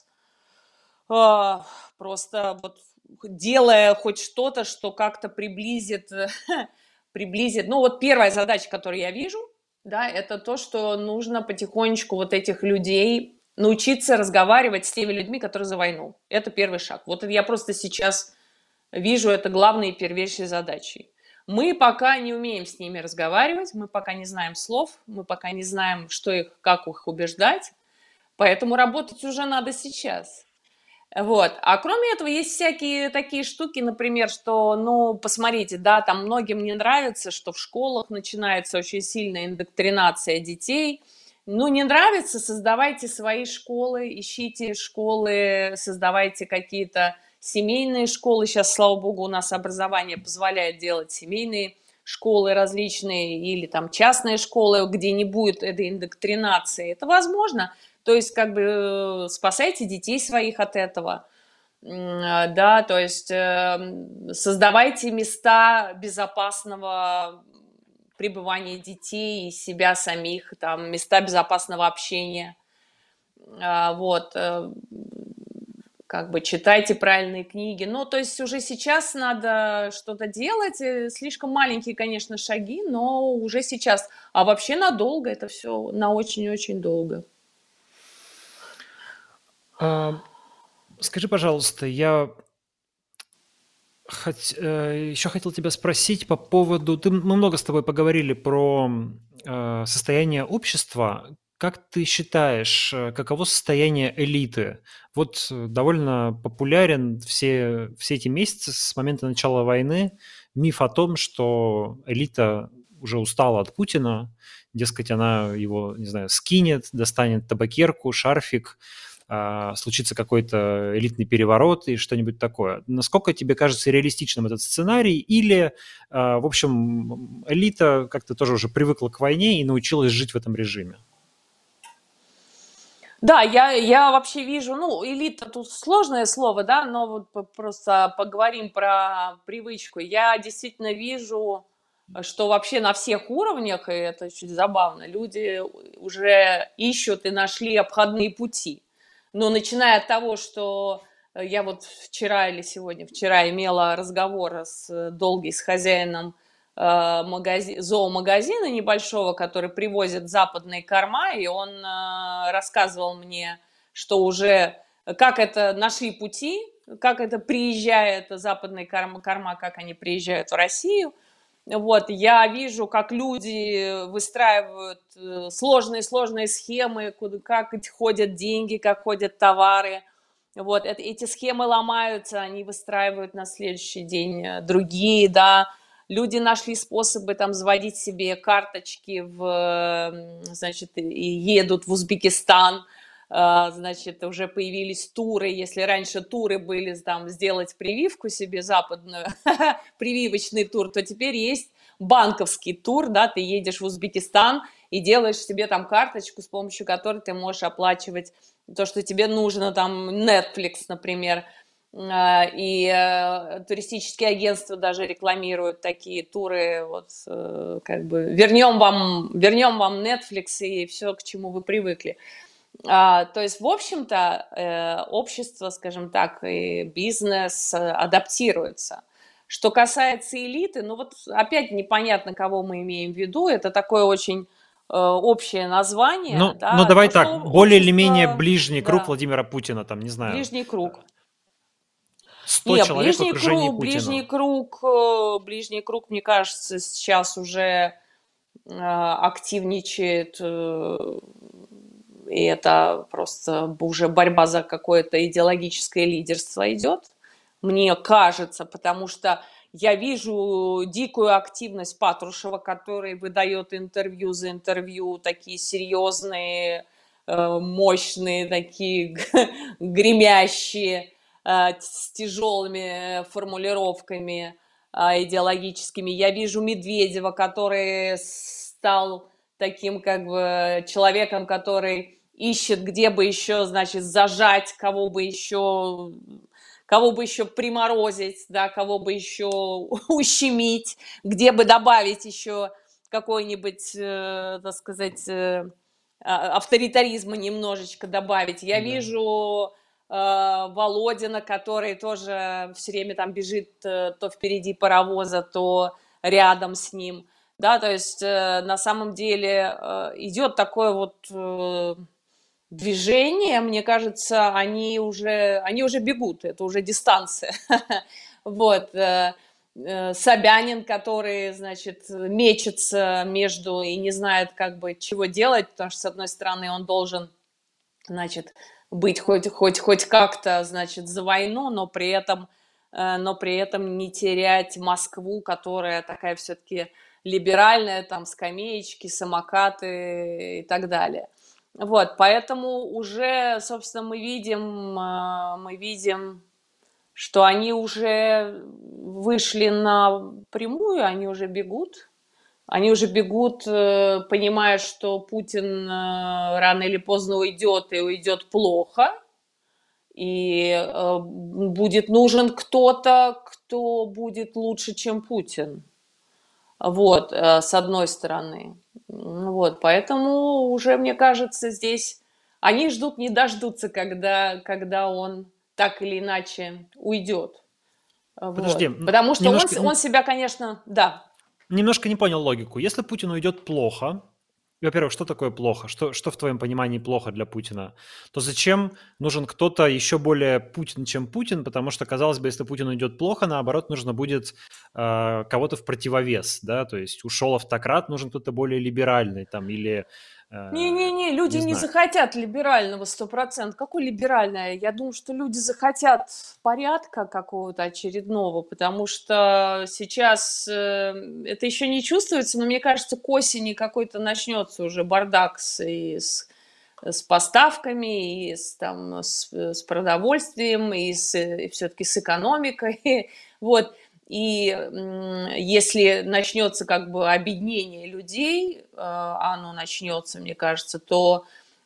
Speaker 2: просто вот делая хоть что-то, что как-то приблизит, приблизит. Ну вот первая задача, которую я вижу, да, это то, что нужно потихонечку вот этих людей научиться разговаривать с теми людьми, которые за войну. Это первый шаг. Вот я просто сейчас вижу это главной и первейшей задачей. Мы пока не умеем с ними разговаривать, мы пока не знаем слов, мы пока не знаем, что их, как их убеждать, поэтому работать уже надо сейчас. Вот. А кроме этого, есть всякие такие штуки, например, что, ну, посмотрите, да, там многим не нравится, что в школах начинается очень сильная индоктринация детей. Ну, не нравится, создавайте свои школы, ищите школы, создавайте какие-то семейные школы. Сейчас, слава богу, у нас образование позволяет делать семейные школы различные или там частные школы, где не будет этой индоктринации. Это возможно. То есть, как бы, спасайте детей своих от этого, да, то есть создавайте места безопасного пребывания детей и себя самих, там, места безопасного общения, вот, как бы читайте правильные книги. Ну, то есть уже сейчас надо что-то делать, слишком маленькие, конечно, шаги, но уже сейчас, а вообще надолго это все, на очень-очень долго.
Speaker 1: Скажи, пожалуйста, я еще хотел тебя спросить по поводу... Мы много с тобой поговорили про состояние общества. Как ты считаешь, каково состояние элиты? Вот довольно популярен все эти месяцы с момента начала войны миф о том, что элита уже устала от Путина, дескать, она его, не знаю, скинет, достанет табакерку, шарфик, случится какой-то элитный переворот и что-нибудь такое. Насколько тебе кажется реалистичным этот сценарий? Или, в общем, элита как-то тоже уже привыкла к войне и научилась жить в этом режиме?
Speaker 2: Да, я вообще вижу, ну, элита тут сложное слово, да, но вот просто поговорим про привычку. Я действительно вижу, что вообще на всех уровнях, и это чуть забавно, люди уже ищут и нашли обходные пути. Но начиная от того, что я вот вчера имела разговор долгий с хозяином зоомагазина небольшого, который привозит западные корма, и он рассказывал мне, что уже как это нашли пути, как это приезжает западные корма, как они приезжают в Россию. Вот, я вижу, как люди выстраивают сложные схемы, как ходят деньги, как ходят товары. Вот, эти схемы ломаются, они выстраивают на следующий день другие, да. Люди нашли способы там заводить себе карточки, значит, и едут в Узбекистан. Значит, уже появились туры. Если раньше туры были там сделать прививку себе западную, прививочный тур, то теперь есть банковский тур, да, ты едешь в Узбекистан и делаешь себе там карточку, с помощью которой ты можешь оплачивать то, что тебе нужно, там Netflix, например. И туристические агентства даже рекламируют такие туры, вот как бы вернем вам Netflix и все, к чему вы привыкли. То есть, в общем-то, общество, скажем так, и бизнес адаптируется. Что касается элиты, ну вот опять непонятно, кого мы имеем в виду. Это такое очень общее название.
Speaker 1: Ну,
Speaker 2: Да,
Speaker 1: давай
Speaker 2: то, что
Speaker 1: так, более или менее
Speaker 2: общество,
Speaker 1: ближний круг
Speaker 2: да,
Speaker 1: Владимира Путина, там, не знаю,
Speaker 2: ближний круг.
Speaker 1: 100
Speaker 2: Нет,
Speaker 1: человек в окружении Путина.
Speaker 2: ближний круг, мне кажется, сейчас уже активничает, и это просто уже борьба за какое-то идеологическое лидерство идет, мне кажется, потому что я вижу дикую активность Патрушева, который выдает интервью за интервью, такие серьезные, мощные, такие гремящие, с тяжелыми формулировками идеологическими. Я вижу Медведева, который стал таким как бы человеком, который ищет, где бы еще, значит, зажать, кого бы еще приморозить, да, кого бы еще ущемить, где бы добавить еще какой-нибудь, так сказать, авторитаризма немножечко добавить. Я вижу Володина, который тоже все время там бежит то впереди паровоза, то рядом с ним. Да, то есть на самом деле идет такое вот движение, мне кажется, они уже бегут, это уже дистанция. Вот. Собянин, который, значит, мечется между и не знает, как бы, чего делать, потому что, с одной стороны, он должен, значит, быть хоть как-то, значит, за войну, но при этом не терять Москву, которая такая все-таки либеральная, там, скамеечки, самокаты и так далее. Вот, поэтому уже, собственно, мы видим, что они уже вышли на прямую, они уже бегут, понимая, что Путин рано или поздно уйдет, и уйдет плохо, и будет нужен кто-то, кто будет лучше, чем Путин. Вот, с одной стороны. Вот, поэтому уже, мне кажется, здесь они ждут, не дождутся, когда он так или иначе уйдет.
Speaker 1: Подожди,
Speaker 2: Вот. Потому что он себя, конечно, да.
Speaker 1: Немножко не понял логику. Если Путину уйдет плохо, во-первых, что такое плохо? Что в твоем понимании плохо для Путина? То зачем нужен кто-то еще более Путин, чем Путин? Потому что, казалось бы, если Путину идет плохо, наоборот, нужно будет кого-то в противовес, да, то есть ушел автократ, нужен кто-то более либеральный, там, или
Speaker 2: Не-не-не, люди
Speaker 1: Не
Speaker 2: не
Speaker 1: знаю.
Speaker 2: захотят либерального 100%. Какой либеральное? Я думаю, что люди захотят порядка какого-то очередного, потому что сейчас это еще не чувствуется, но мне кажется, к осени какой-то начнется уже бардак с поставками, и с продовольствием, и все-таки с экономикой. Вот. И если начнется как бы обеднение людей, оно начнется, мне кажется, то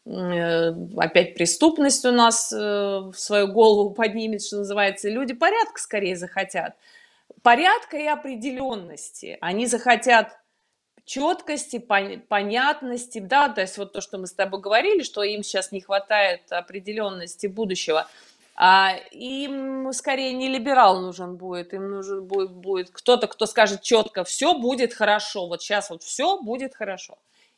Speaker 2: опять преступность у нас в свою голову поднимет, что называется, и люди порядка скорее захотят. Порядка и определенности. Они захотят четкости, понятности, да, то есть вот то, что мы с тобой говорили, что им сейчас не хватает определенности будущего. А им скорее не либерал нужен будет, им нужен будет кто-то, кто скажет четко, все будет хорошо, вот сейчас вот все будет хорошо.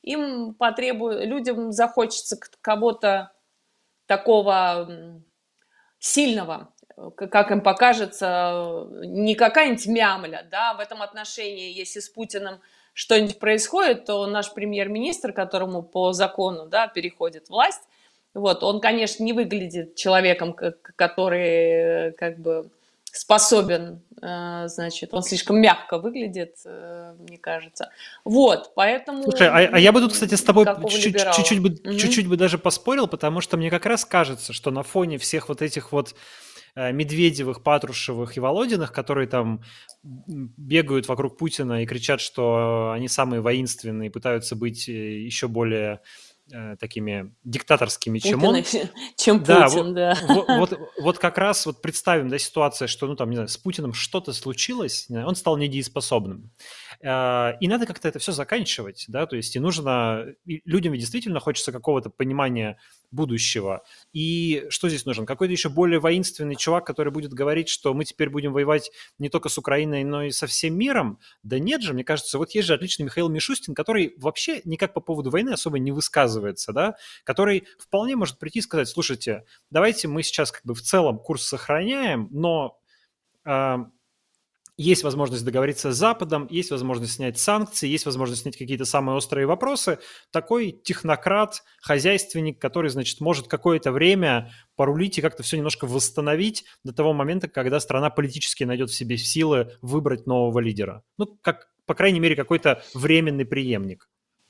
Speaker 2: Людям захочется кого-то такого сильного, как им покажется, не какая-нибудь мямля, да, в этом отношении, если с Путиным что-нибудь происходит, то наш премьер-министр, которому по закону, да, переходит власть, вот, он, конечно, не выглядит человеком, который как бы способен, значит, он слишком мягко выглядит, мне кажется. Вот, поэтому
Speaker 1: Слушай, а я бы тут, кстати, с тобой
Speaker 2: никакого
Speaker 1: чуть-чуть
Speaker 2: либерала.
Speaker 1: бы, чуть-чуть бы даже поспорил, потому что мне как раз кажется, что на фоне всех вот этих вот Медведевых, Патрушевых и Володиных, которые там бегают вокруг Путина и кричат, что они самые воинственные, пытаются быть еще более такими диктаторскими, чем он.
Speaker 2: Чем
Speaker 1: Да,
Speaker 2: Путин, да.
Speaker 1: вот как раз вот представим, да, ситуация, что, ну, там, не знаю, с Путиным что-то случилось, он стал недееспособным. И надо как-то это все заканчивать, да, то есть людям действительно хочется какого-то понимания будущего. И что здесь нужен? Какой-то еще более воинственный чувак, который будет говорить, что мы теперь будем воевать не только с Украиной, но и со всем миром? Да нет же, мне кажется, вот есть же отличный Михаил Мишустин, который вообще никак по поводу войны особо не высказывается, да, который вполне может прийти и сказать, слушайте, давайте мы сейчас как бы в целом курс сохраняем, но есть возможность договориться с Западом, есть возможность снять санкции, есть возможность снять какие-то самые острые вопросы. Такой технократ, хозяйственник, который, значит, может какое-то время порулить и как-то все немножко восстановить до того момента, когда страна политически найдет в себе силы выбрать нового лидера. Ну, как, по крайней мере, какой-то временный преемник.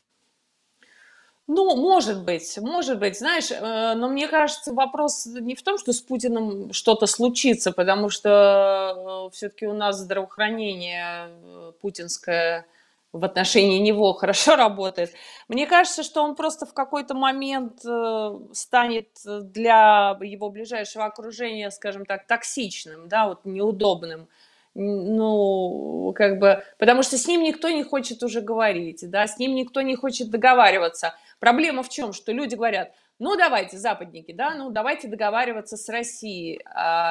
Speaker 2: Ну, может быть, знаешь, но мне кажется, вопрос не в том, что с Путиным что-то случится, потому что все-таки у нас здравоохранение путинское в отношении него хорошо работает. Мне кажется, что он просто в какой-то момент станет для его ближайшего окружения, скажем так, токсичным, да, вот неудобным. Ну, как бы, потому что с ним никто не хочет уже говорить, да, с ним никто не хочет договариваться. Проблема в чем? Что люди говорят, ну, давайте, западники, да, ну, давайте договариваться с Россией.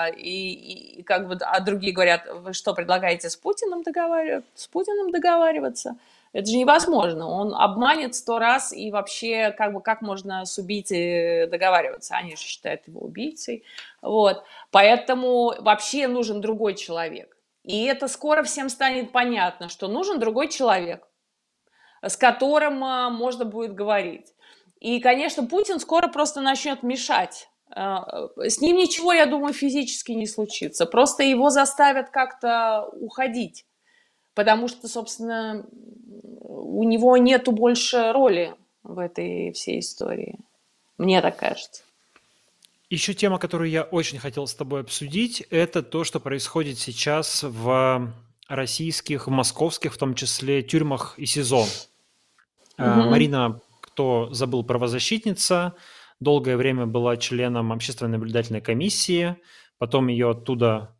Speaker 2: И как бы, а другие говорят, вы что, предлагаете с Путиным договариваться? Это же невозможно. Он обманет 100 раз, и вообще, как бы, как можно с убийцей договариваться? Они же считают его убийцей. Вот. Поэтому вообще нужен другой человек. И это скоро всем станет понятно, что нужен другой человек, с которым можно будет говорить. И, конечно, Путин скоро просто начнет мешать. С ним ничего, я думаю, физически не случится. Просто его заставят как-то уходить. Потому что, собственно, у него нету больше роли в этой всей истории. Мне так кажется.
Speaker 1: Еще тема, которую я очень хотел с тобой обсудить, это то, что происходит сейчас в российских, в московских, в том числе, тюрьмах и СИЗО. Марина, кто забыл, правозащитница, долгое время была членом общественной наблюдательной комиссии, потом ее оттуда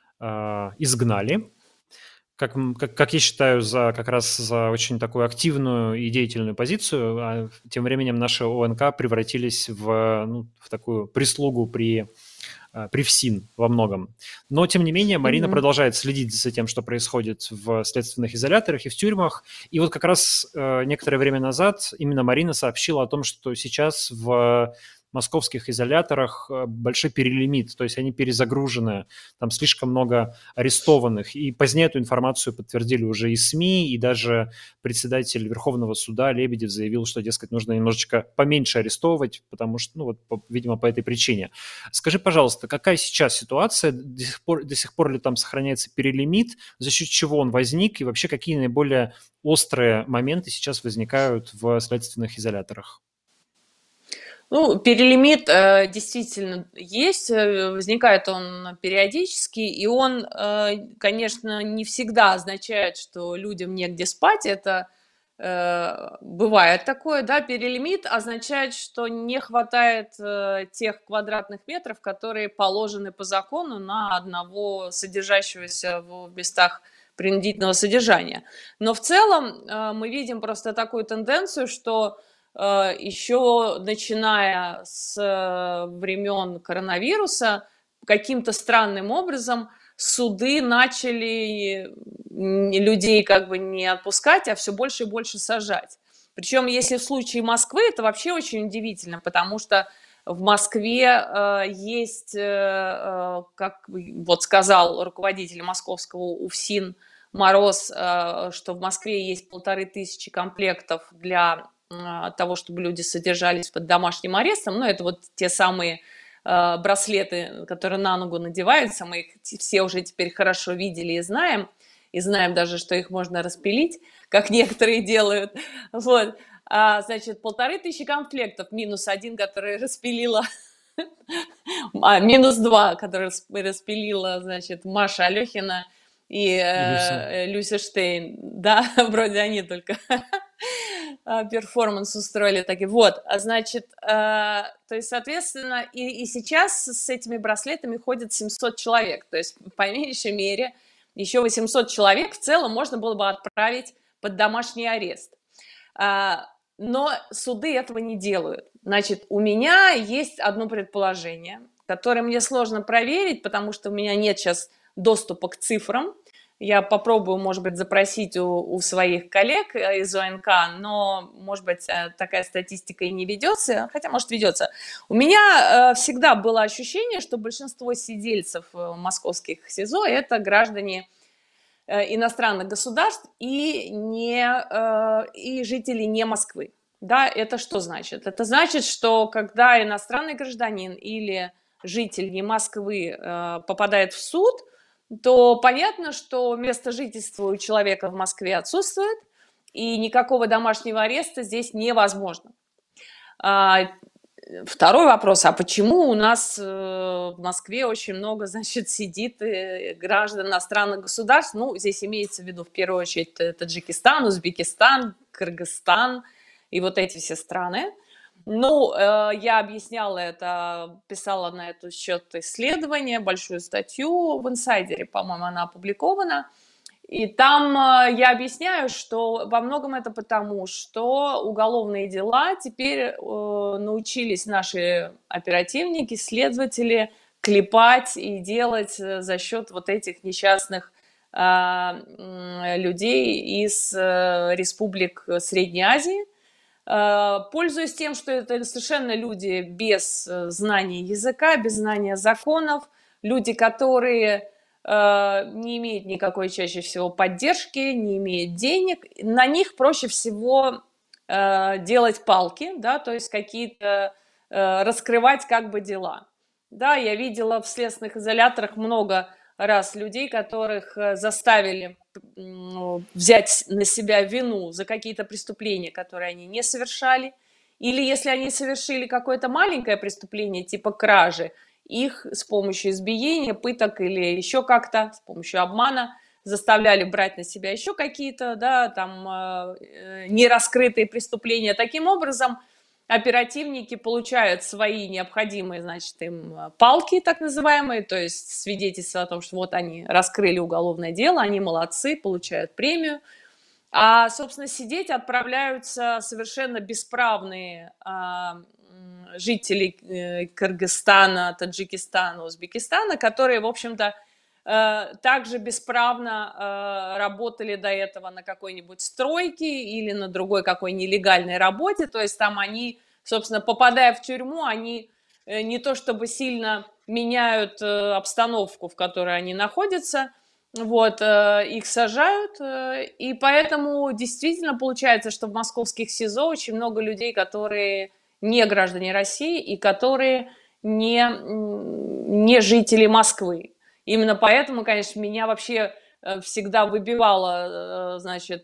Speaker 1: изгнали. Как я считаю, как раз за очень такую активную и деятельную позицию, а тем временем наши ОНК превратились в такую прислугу при ФСИН во многом. Но, тем не менее, Марина продолжает следить за тем, что происходит в следственных изоляторах и в тюрьмах. И вот как раз некоторое время назад именно Марина сообщила о том, что сейчас в московских изоляторах большой перелимит, то есть они перезагружены, там слишком много арестованных. И позднее эту информацию подтвердили уже и СМИ, и даже председатель Верховного суда Лебедев заявил, что, дескать, нужно немножечко поменьше арестовывать, потому что, ну вот, видимо, по этой причине. Скажи, пожалуйста, какая сейчас ситуация? До сих пор ли там сохраняется перелимит? За счет чего он возник? И вообще какие наиболее острые моменты сейчас возникают в следственных изоляторах?
Speaker 2: Ну, перелимит действительно есть, возникает он периодически, и он, конечно, не всегда означает, что людям негде спать. Это бывает такое, да, перелимит означает, что не хватает тех квадратных метров, которые положены по закону на одного содержащегося в местах принудительного содержания. Но в целом мы видим просто такую тенденцию, что еще начиная с времен коронавируса, каким-то странным образом суды начали людей как бы не отпускать, а все больше и больше сажать. Причем, если в случае Москвы, это вообще очень удивительно, потому что в Москве есть, как вот сказал руководитель московского УФСИН Мороз, что в Москве есть 1500 комплектов для того, чтобы люди содержались под домашним арестом. Ну, это вот те самые браслеты, которые на ногу надеваются. Мы их все уже теперь хорошо видели и знаем даже, что их можно распилить, как некоторые делают. Вот. Значит, 1500 комплектов, минус один, который распилила, минус два, который распилила, значит, Маша Алехина и
Speaker 1: Люся.
Speaker 2: Люся Штейн. Да, вроде они только перформанс устроили таки. Вот, значит, то есть, соответственно, и сейчас с этими браслетами ходят 700 человек. То есть, по меньшей мере, еще 800 человек в целом можно было бы отправить под домашний арест. Но суды этого не делают. Значит, у меня есть одно предположение, которое мне сложно проверить, потому что у меня нет сейчас доступа к цифрам. Я попробую, может быть, запросить у своих коллег из ОНК, но, может быть, такая статистика и не ведется, хотя, может, ведется. У меня всегда было ощущение, что большинство сидельцев московских СИЗО – это граждане иностранных государств и жители не Москвы. Да, это что значит? Это значит, что когда иностранный гражданин или житель не Москвы попадает в суд, то понятно, что место жительства у человека в Москве отсутствует, и никакого домашнего ареста здесь невозможно. Второй вопрос, а почему у нас в Москве очень много, значит, сидит граждан иностранных государств? Ну, здесь имеется в виду в первую очередь Таджикистан, Узбекистан, Кыргызстан и вот эти все страны. Ну, я объясняла это, писала на этот счет исследование, большую статью в «Инсайдере», по-моему, она опубликована. И там я объясняю, что во многом это потому, что уголовные дела теперь научились наши оперативники, следователи клепать и делать за счет вот этих несчастных людей из республик Средней Азии. Пользуясь тем, что это совершенно люди без знания языка, без знания законов, люди, которые не имеют никакой чаще всего поддержки, не имеют денег, на них проще всего делать палки, да, то есть какие-то раскрывать как бы дела. Да, я видела в следственных изоляторах много раз людей, которых заставили взять на себя вину за какие-то преступления, которые они не совершали, или если они совершили какое-то маленькое преступление, типа кражи, их с помощью избиения, пыток или еще как-то, с помощью обмана заставляли брать на себя еще какие-то, да, там, нераскрытые преступления. Таким образом, оперативники получают свои необходимые, значит, им палки, так называемые, то есть свидетельство о том, что вот они раскрыли уголовное дело, они молодцы, получают премию. А, собственно, сидеть отправляются совершенно бесправные жители Кыргызстана, Таджикистана, Узбекистана, которые, в общем-то, также бесправно работали до этого на какой-нибудь стройке или на другой какой нелегальной работе, то есть там они собственно, попадая в тюрьму, они не то чтобы сильно меняют обстановку, в которой они находятся, вот, их сажают, и поэтому действительно получается, что в московских СИЗО очень много людей, которые не граждане России и которые не жители Москвы. Именно поэтому, конечно, меня вообще всегда выбивало, значит,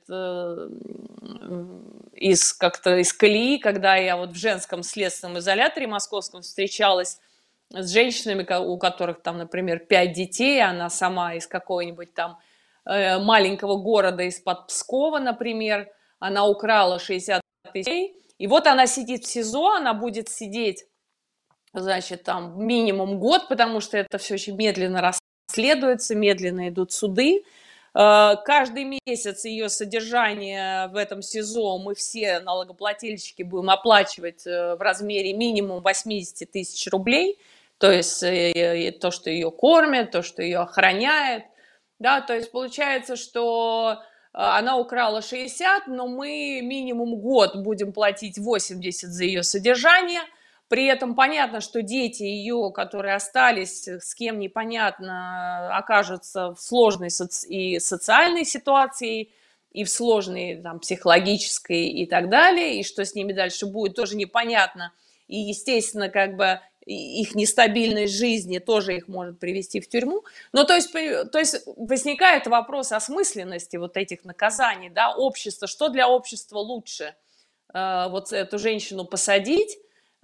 Speaker 2: из колеи, когда я вот в женском следственном изоляторе московском встречалась с женщинами, у которых там, например, 5 детей, она сама из какого-нибудь там маленького города из-под Пскова, например, она украла 60 тысяч, и вот она сидит в СИЗО, она будет сидеть, значит, там минимум год, потому что это все очень медленно расследуется, медленно идут суды. Каждый месяц ее содержание в этом СИЗО мы все налогоплательщики будем оплачивать в размере минимум 80 тысяч рублей, то есть то, что ее кормят, то, что ее охраняет, да, то есть получается, что она украла 60, но мы минимум год будем платить 80 за ее содержание. При этом понятно, что дети ее, которые остались, с кем непонятно, окажутся в сложной и социальной ситуации, и в сложной там, психологической и так далее, и что с ними дальше будет, тоже непонятно. И, естественно, как бы их нестабильность жизни тоже их может привести в тюрьму. Но то есть возникает вопрос осмысленности вот этих наказаний, да, общества, что для общества лучше, вот эту женщину посадить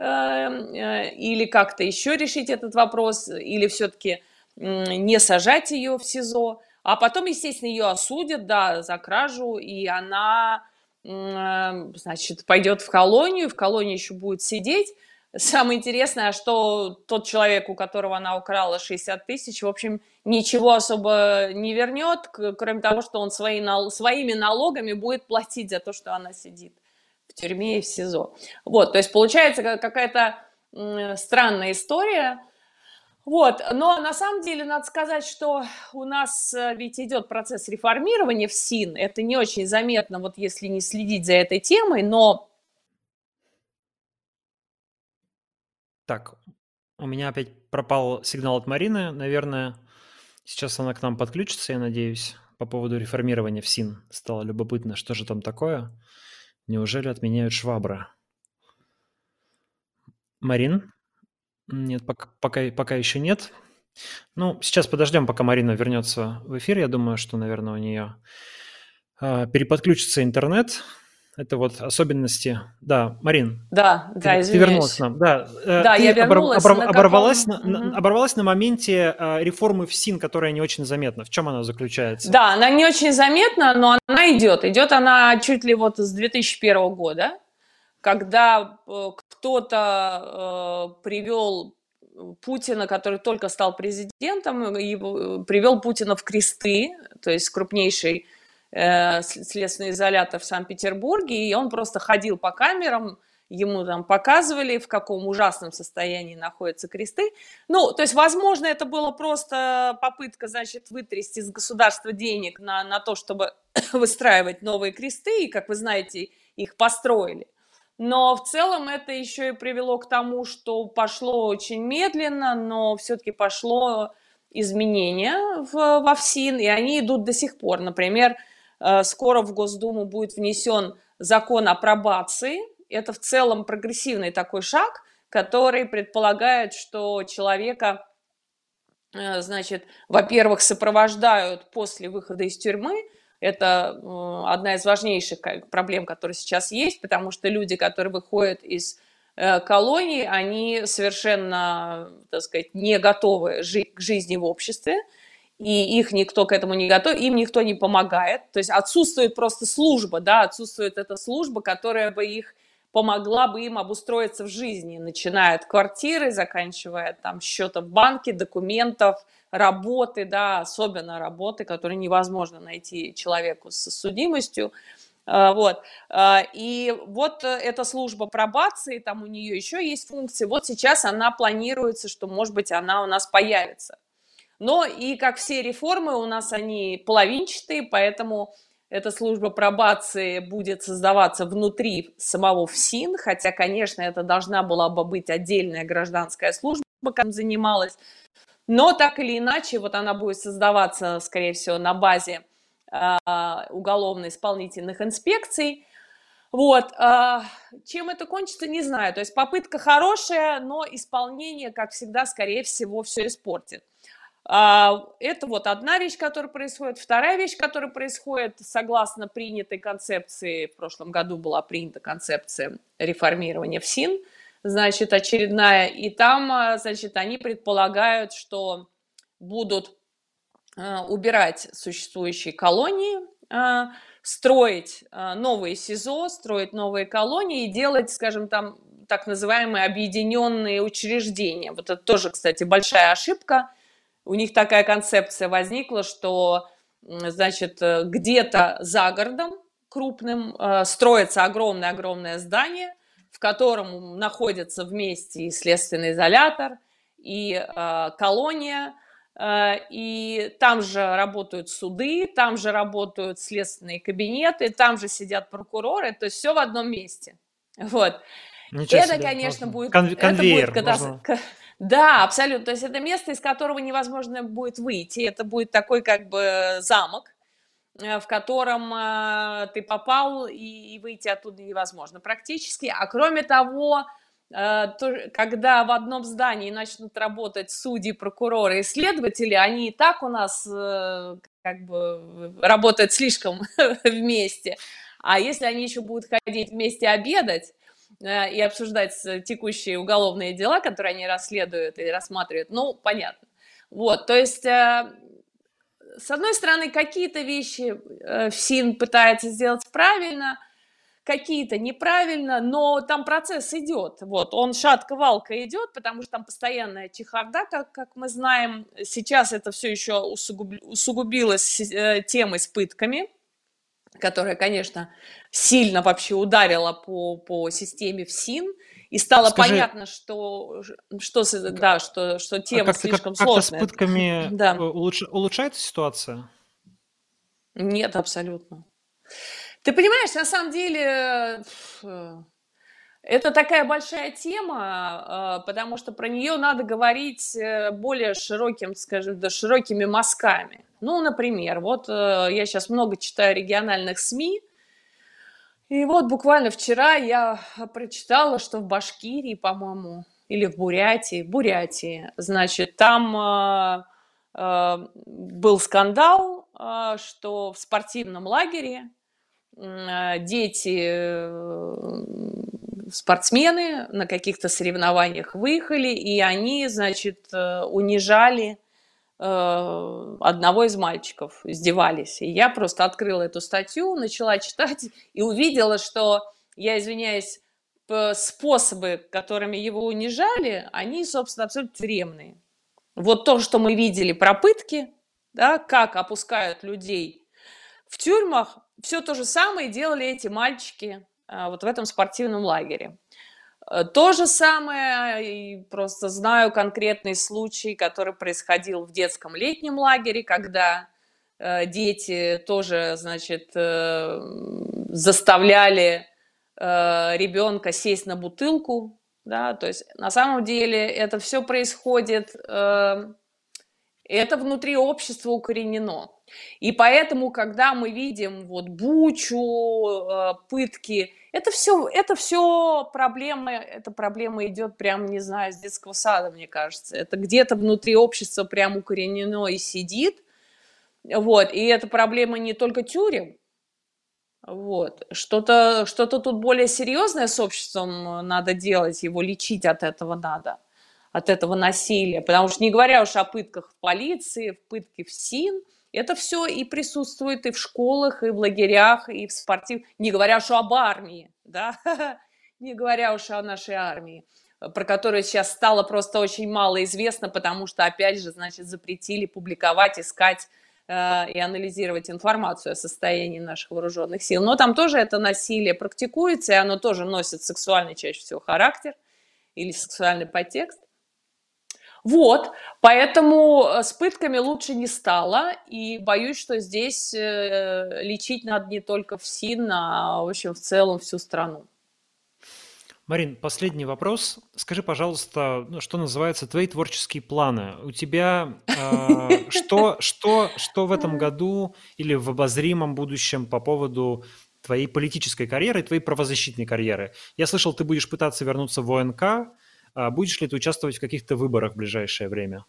Speaker 2: или как-то еще решить этот вопрос, или все-таки не сажать ее в СИЗО, а потом, естественно, ее осудят, да, за кражу, и она, значит, пойдет в колонию еще будет сидеть. Самое интересное, что тот человек, у которого она украла 60 тысяч, в общем, ничего особо не вернет, кроме того, что он своими налогами будет платить за то, что она сидит в тюрьме и в СИЗО. Вот, то есть получается какая-то странная история. Вот, но на самом деле надо сказать, что у нас ведь идет процесс реформирования в СИН. Это не очень заметно, вот если не следить за этой темой, но...
Speaker 1: Так, у меня опять пропал сигнал от Марины. Наверное, сейчас она к нам подключится, я надеюсь, по поводу реформирования в СИН. Стало любопытно, что же там такое. Неужели отменяют швабры? Марин? Нет, пока еще нет. Ну, сейчас подождем, пока Марина вернется в эфир. Я думаю, что, наверное, у нее переподключится интернет. Это вот особенности. Да, Марин,
Speaker 2: Да,
Speaker 1: ты вернулась к
Speaker 2: извиняюсь.
Speaker 1: нам. Да,
Speaker 2: Да,
Speaker 1: ты
Speaker 2: я вернулась.
Speaker 1: оборвалась на моменте реформы в СИН, которая не очень заметна. В чем она заключается?
Speaker 2: Да, она не очень заметна, но она идет. Идет она чуть ли вот с 2001 года, когда кто-то привел Путина, который только стал президентом, и привел Путина в кресты, то есть крупнейший следственный изолятор в Санкт-Петербурге, и он просто ходил по камерам, ему там показывали, в каком ужасном состоянии находятся кресты. Ну, то есть, возможно, это было просто попытка, значит, вытрясти из государства денег на то, чтобы выстраивать новые кресты, и, как вы знаете, их построили. Но в целом это еще и привело к тому, что пошло очень медленно, но все-таки пошло изменение во ФСИН, и они идут до сих пор. Например, скоро в Госдуму будет внесен закон о пробации. Это в целом прогрессивный такой шаг, который предполагает, что человека, значит, во-первых, сопровождают после выхода из тюрьмы. Это одна из важнейших проблем, которые сейчас есть, потому что люди, которые выходят из колоний, они совершенно, так сказать, не готовы к жизни в обществе, и их никто к этому не готов, им никто не помогает. То есть отсутствует просто служба, да, отсутствует эта служба, которая бы их помогла бы им обустроиться в жизни, начиная от квартиры, заканчивая там счета в банке, документов, работы, да, особенно работы, которые невозможно найти человеку с судимостью. Вот. И вот эта служба пробации, там у нее еще есть функции. Вот сейчас она планируется, что, может быть, она у нас появится. Но и как все реформы у нас они половинчатые, поэтому эта служба пробации будет создаваться внутри самого ФСИН, хотя, конечно, это должна была бы быть отдельная гражданская служба, которая занималась. Но так или иначе, вот она будет создаваться, скорее всего, на базе уголовно-исполнительных инспекций. Вот. Чем это кончится, не знаю. То есть попытка хорошая, но исполнение, как всегда, скорее всего, все испортит. Это вот одна вещь, которая происходит. Вторая вещь, которая происходит, согласно принятой концепции, в прошлом году была принята концепция реформирования ФСИН, значит, очередная, и там, значит, они предполагают, что будут убирать существующие колонии, строить новые СИЗО, строить новые колонии и делать, скажем, там так называемые объединенные учреждения. Вот это тоже, кстати, большая ошибка. У них такая концепция возникла, что, значит, где-то за городом крупным строится огромное-огромное здание, в котором находятся вместе и следственный изолятор, и колония, и там же работают суды, там же работают следственные кабинеты, там же сидят прокуроры, то есть все в одном месте. Вот.
Speaker 1: Ничего
Speaker 2: Это,
Speaker 1: себе.
Speaker 2: конечно, будет...
Speaker 1: Конвейер.
Speaker 2: Да, абсолютно. То есть это место, из которого невозможно будет выйти. Это будет такой как бы замок, в котором ты попал, и выйти оттуда невозможно практически. А кроме того, когда в одном здании начнут работать судьи, прокуроры и следователи, они и так у нас как бы работают слишком вместе. А если они еще будут ходить вместе обедать и обсуждать текущие уголовные дела, которые они расследуют и рассматривают, ну, понятно. Вот, то есть, с одной стороны, какие-то вещи ФСИН пытается сделать правильно, какие-то неправильно, но там процесс идет. Вот, он шатко-валко идет, потому что там постоянная чехарда, как мы знаем. Сейчас это все еще усугубилось темой с пытками, которая, конечно, сильно вообще ударила по системе ФСИН, и стало понятно, что тема слишком сложная.
Speaker 1: Как-то с пытками
Speaker 2: да.
Speaker 1: улучшается ситуация?
Speaker 2: Нет, абсолютно. Ты понимаешь, на самом деле, это такая большая тема, потому что про нее надо говорить более широким, скажем, да, широкими мазками. Ну, например, вот я сейчас много читаю региональных СМИ, и вот буквально вчера я прочитала, что в Башкирии, по-моему, или в Бурятии, значит, там был скандал, что в спортивном лагере дети, спортсмены на каких-то соревнованиях выехали, и они, значит, унижали одного из мальчиков, издевались. И я просто открыла эту статью, начала читать и увидела, что, я извиняюсь, способы, которыми его унижали, они, собственно, абсолютно тюремные. Вот то, что мы видели про пытки, да, как опускают людей в тюрьмах, все то же самое делали эти мальчики вот в этом спортивном лагере. То же самое, и просто знаю конкретный случай, который происходил в детском летнем лагере, когда дети тоже, значит, заставляли ребенка сесть на бутылку, да, то есть на самом деле это все происходит, это внутри общества укоренено. И поэтому, когда мы видим вот Бучу, пытки, это все проблема, эта проблема идет прямо, не знаю, с детского сада, мне кажется. Это где-то внутри общества прям укоренено и сидит. Вот, и эта проблема не только тюрем. Вот, что-то тут более серьезное с обществом надо делать, его лечить от этого надо, от этого насилия. Потому что не говоря уж о пытках в полиции, в пытке в СИН, это все и присутствует и в школах, и в лагерях, и в спортивных, не говоря уж об армии, да, не говоря уж о нашей армии, про которую сейчас стало просто очень мало известно, потому что, опять же, значит, запретили публиковать, искать и анализировать информацию о состоянии наших вооруженных сил. Но там тоже это насилие практикуется, и оно тоже носит сексуальный чаще всего характер или сексуальный подтекст. Вот, поэтому с пытками лучше не стало, и боюсь, что здесь лечить надо не только ФСИН, а, в общем, в целом всю страну.
Speaker 1: Марин, последний вопрос. Скажи, пожалуйста, ну, что называется, твои творческие планы. У тебя что в этом году или в обозримом будущем по поводу твоей политической карьеры и твоей правозащитной карьеры? Я слышал, ты будешь пытаться вернуться в ОНК. Будешь ли ты участвовать в каких-то выборах в ближайшее время?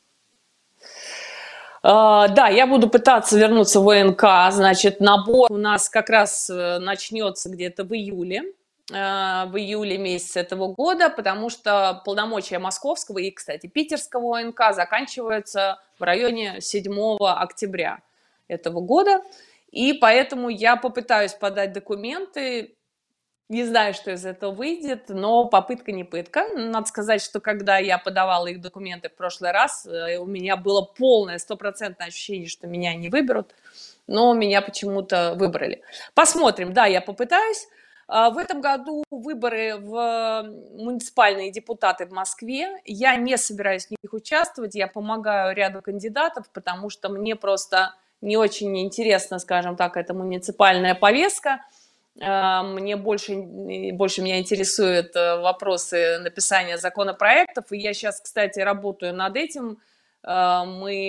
Speaker 2: Да, я буду пытаться вернуться в ОНК, значит, набор у нас как раз начнется где-то в июле месяце этого года, потому что полномочия Московского и, кстати, Питерского ОНК заканчиваются в районе 7 октября этого года, и поэтому я попытаюсь подать документы. Не знаю, что из этого выйдет, но попытка не пытка. Надо сказать, что когда я подавала их документы в прошлый раз, у меня было полное, стопроцентное ощущение, что меня не выберут, но меня почему-то выбрали. Посмотрим, да, я попытаюсь. В этом году выборы в муниципальные депутаты в Москве. Я не собираюсь в них участвовать, я помогаю ряду кандидатов, потому что мне просто не очень интересна, скажем так, эта муниципальная повестка. Мне больше меня интересуют вопросы написания законопроектов, и я сейчас, кстати, работаю над этим. Я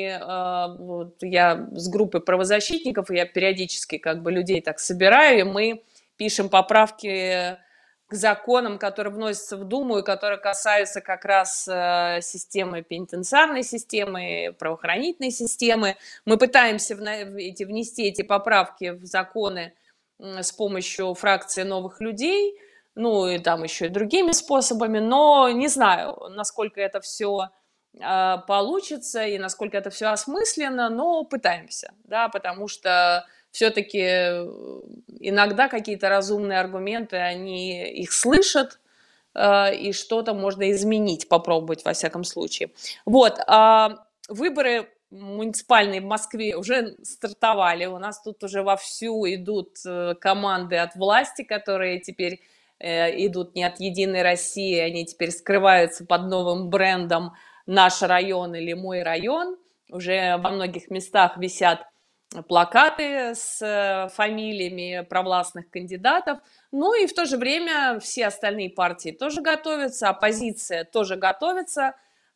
Speaker 2: с группой правозащитников, и я периодически как бы людей так собираю, и мы пишем поправки к законам, которые вносятся в Думу и которые касаются как раз системы пенитенциарной системы, правоохранительной системы. Мы пытаемся внести эти поправки в законы с помощью фракции новых людей, ну и там еще и другими способами, но не знаю, насколько это все получится и насколько это все осмысленно, но пытаемся, да, потому что все-таки иногда какие-то разумные аргументы, они их слышат, и что-то можно изменить, попробовать во всяком случае. Вот, выборы муниципальные в Москве уже стартовали. У нас тут уже вовсю идут команды от власти, которые теперь идут не от «Единой России», они теперь скрываются под новым брендом «Наш район» или «Мой район». Уже во многих местах висят плакаты с фамилиями провластных кандидатов. Ну и в то же время все остальные партии тоже готовятся, оппозиция тоже готовится.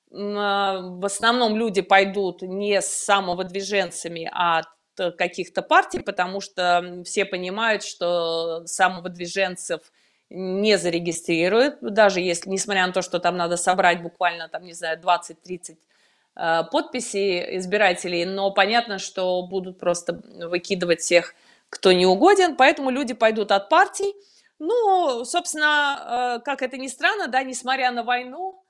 Speaker 2: В основном люди пойдут не с самовыдвиженцами, а от каких-то партий, потому что все понимают, что самовыдвиженцев не зарегистрируют, даже если, несмотря на то, что там надо собрать буквально, там, не знаю, 20-30 подписей избирателей, но понятно, что будут просто выкидывать всех, кто не угоден, поэтому люди пойдут от партий. Ну, собственно, как это ни странно, да, несмотря на войну,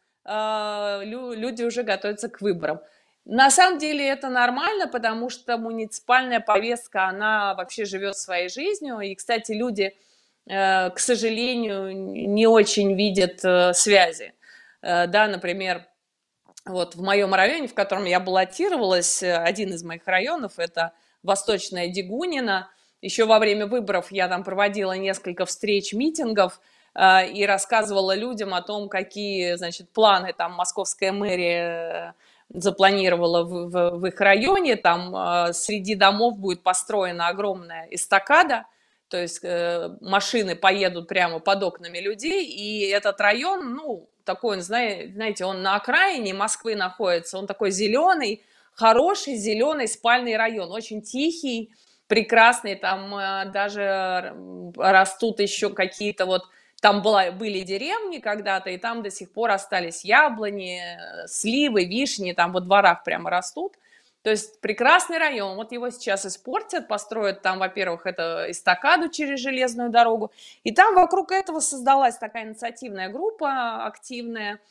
Speaker 2: люди уже готовятся к выборам. На самом деле это нормально, потому что муниципальная повестка, она вообще живет своей жизнью. И, кстати, люди, к сожалению, не очень видят связи. Да, например, вот в моем районе, в котором я баллотировалась, один из моих районов, это Восточная Дегунина. Еще во время выборов я там проводила несколько встреч, митингов, и рассказывала людям о том, какие, значит, планы там московская мэрия запланировала в их районе. Там среди домов будет построена огромная эстакада, то есть машины поедут прямо под окнами людей, и этот район, ну, такой, он, знаете, он на окраине Москвы находится, он такой зеленый, хороший зеленый спальный район, очень тихий, прекрасный, там даже растут еще какие-то вот. Там были деревни когда-то, и там до сих пор остались яблони, сливы, вишни, там во дворах прямо растут. То есть прекрасный район. Вот его сейчас испортят, построят там, во-первых, это эстакаду через железную дорогу. И там вокруг этого создалась такая инициативная группа активная.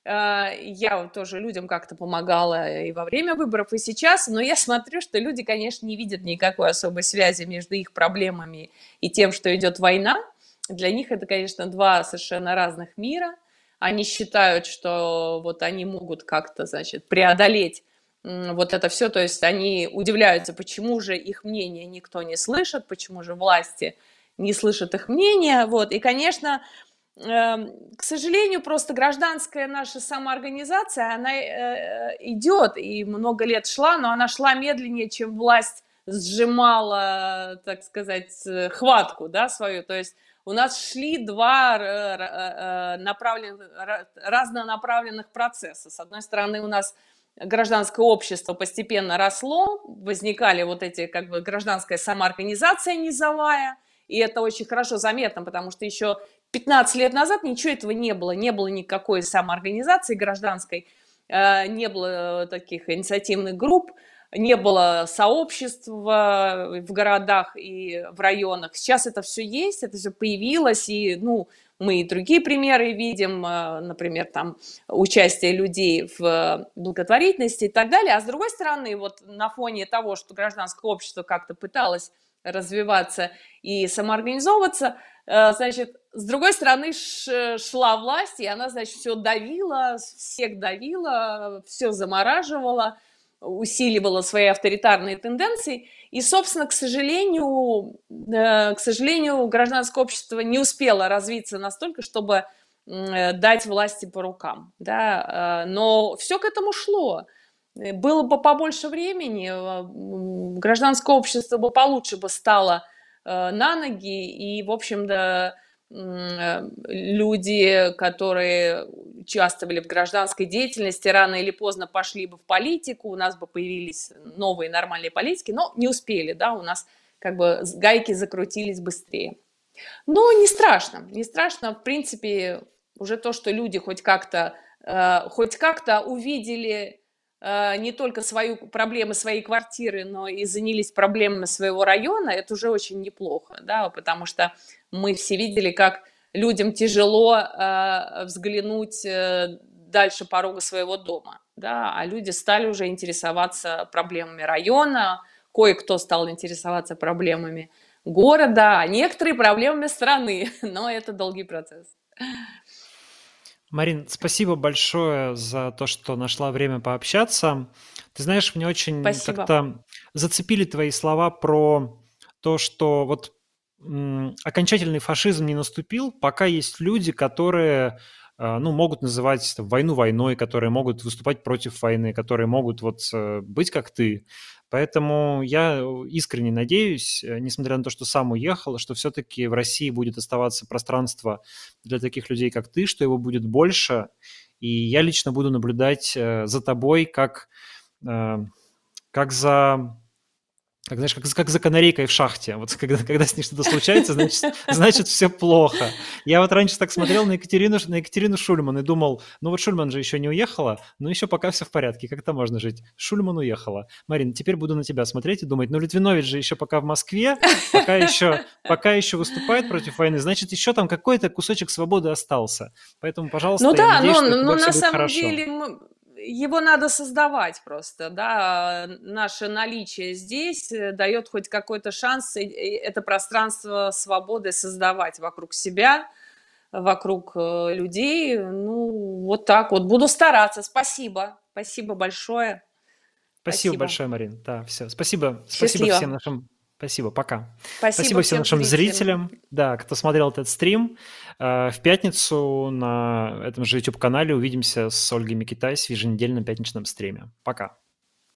Speaker 2: Я тоже людям как-то помогала и во время выборов, и сейчас. Но я смотрю, что люди, конечно, не видят никакой особой связи между их проблемами и тем, что идет война. Для них это, конечно, два совершенно разных мира. Они считают, что вот они могут как-то, значит, преодолеть вот это все. То есть они удивляются, почему же их мнение никто не слышит, почему же власти не слышат их мнения. Вот. И, конечно, К сожалению, просто гражданская наша самоорганизация, она идет и много лет шла, но она шла медленнее, чем власть сжимала, так сказать, хватку, да, свою. То есть у нас шли два разнонаправленных процесса. С одной стороны, у нас гражданское общество постепенно росло, возникали вот эти, как бы, гражданская самоорганизация низовая, и это очень хорошо заметно, потому что еще 15 лет назад ничего этого не было. Не было никакой самоорганизации гражданской, не было таких инициативных групп, не было сообществ в городах и в районах. Сейчас это все есть, это все появилось, и, ну, мы и другие примеры видим, например, там участие людей в благотворительности и так далее. А с другой стороны, вот на фоне того, что гражданское общество как-то пыталось развиваться и самоорганизовываться, значит, с другой стороны шла власть, и она, значит, все давила, всех давила, все замораживала, усиливала свои авторитарные тенденции. И, собственно, к сожалению, гражданское общество не успело развиться настолько, чтобы дать власти по рукам. Да? Но все к этому шло. Было бы побольше времени, гражданское общество бы получше бы стало на ноги, и, в общем-то, люди, которые участвовали в гражданской деятельности, рано или поздно пошли бы в политику, у нас бы появились новые нормальные политики, но не успели, да, у нас как бы гайки закрутились быстрее. Но не страшно, не страшно, в принципе, уже то, что люди хоть как-то увидели не только проблемы своей квартиры, но и занялись проблемами своего района, это уже очень неплохо, да, потому что мы все видели, как людям тяжело взглянуть дальше порога своего дома, да, а люди стали уже интересоваться проблемами района, кое-кто стал интересоваться проблемами города, а некоторые проблемами страны, но это долгий процесс.
Speaker 1: Марин, спасибо большое за то, что нашла время пообщаться. Ты знаешь, мне очень как-то зацепили твои слова про то, что вот окончательный фашизм не наступил, пока есть люди, которые могут называть войну войной, которые могут выступать против войны, которые могут вот быть как ты. Поэтому я искренне надеюсь, несмотря на то, что сам уехал, что все-таки в России будет оставаться пространство для таких людей, как ты, что его будет больше. И я лично буду наблюдать за тобой, как за канарейкой в шахте. Вот когда с ней что-то случается, значит все плохо. Я вот раньше так смотрел на Екатерину Шульман и думал, ну вот Шульман же еще не уехала, но еще пока все в порядке, как это можно жить? Шульман уехала. Марин, теперь буду на тебя смотреть и думать, ну Литвинович же еще пока в Москве, пока еще выступает против войны, значит еще там какой-то кусочек свободы остался. Поэтому, пожалуйста,
Speaker 2: я надеюсь,
Speaker 1: что у тебя все будет хорошо.
Speaker 2: На самом деле его надо создавать просто, да, наше наличие здесь дает хоть какой-то шанс это пространство свободы создавать вокруг себя, вокруг людей, ну, вот так вот, буду стараться, спасибо большое.
Speaker 1: Спасибо большое, Марин, да, все, спасибо всем нашим... Спасибо, пока.
Speaker 2: Спасибо
Speaker 1: всем нашим зрителям, да, кто смотрел этот стрим. В пятницу на этом же YouTube-канале увидимся с Ольгой Микитай в еженедельном пятничном стриме. Пока.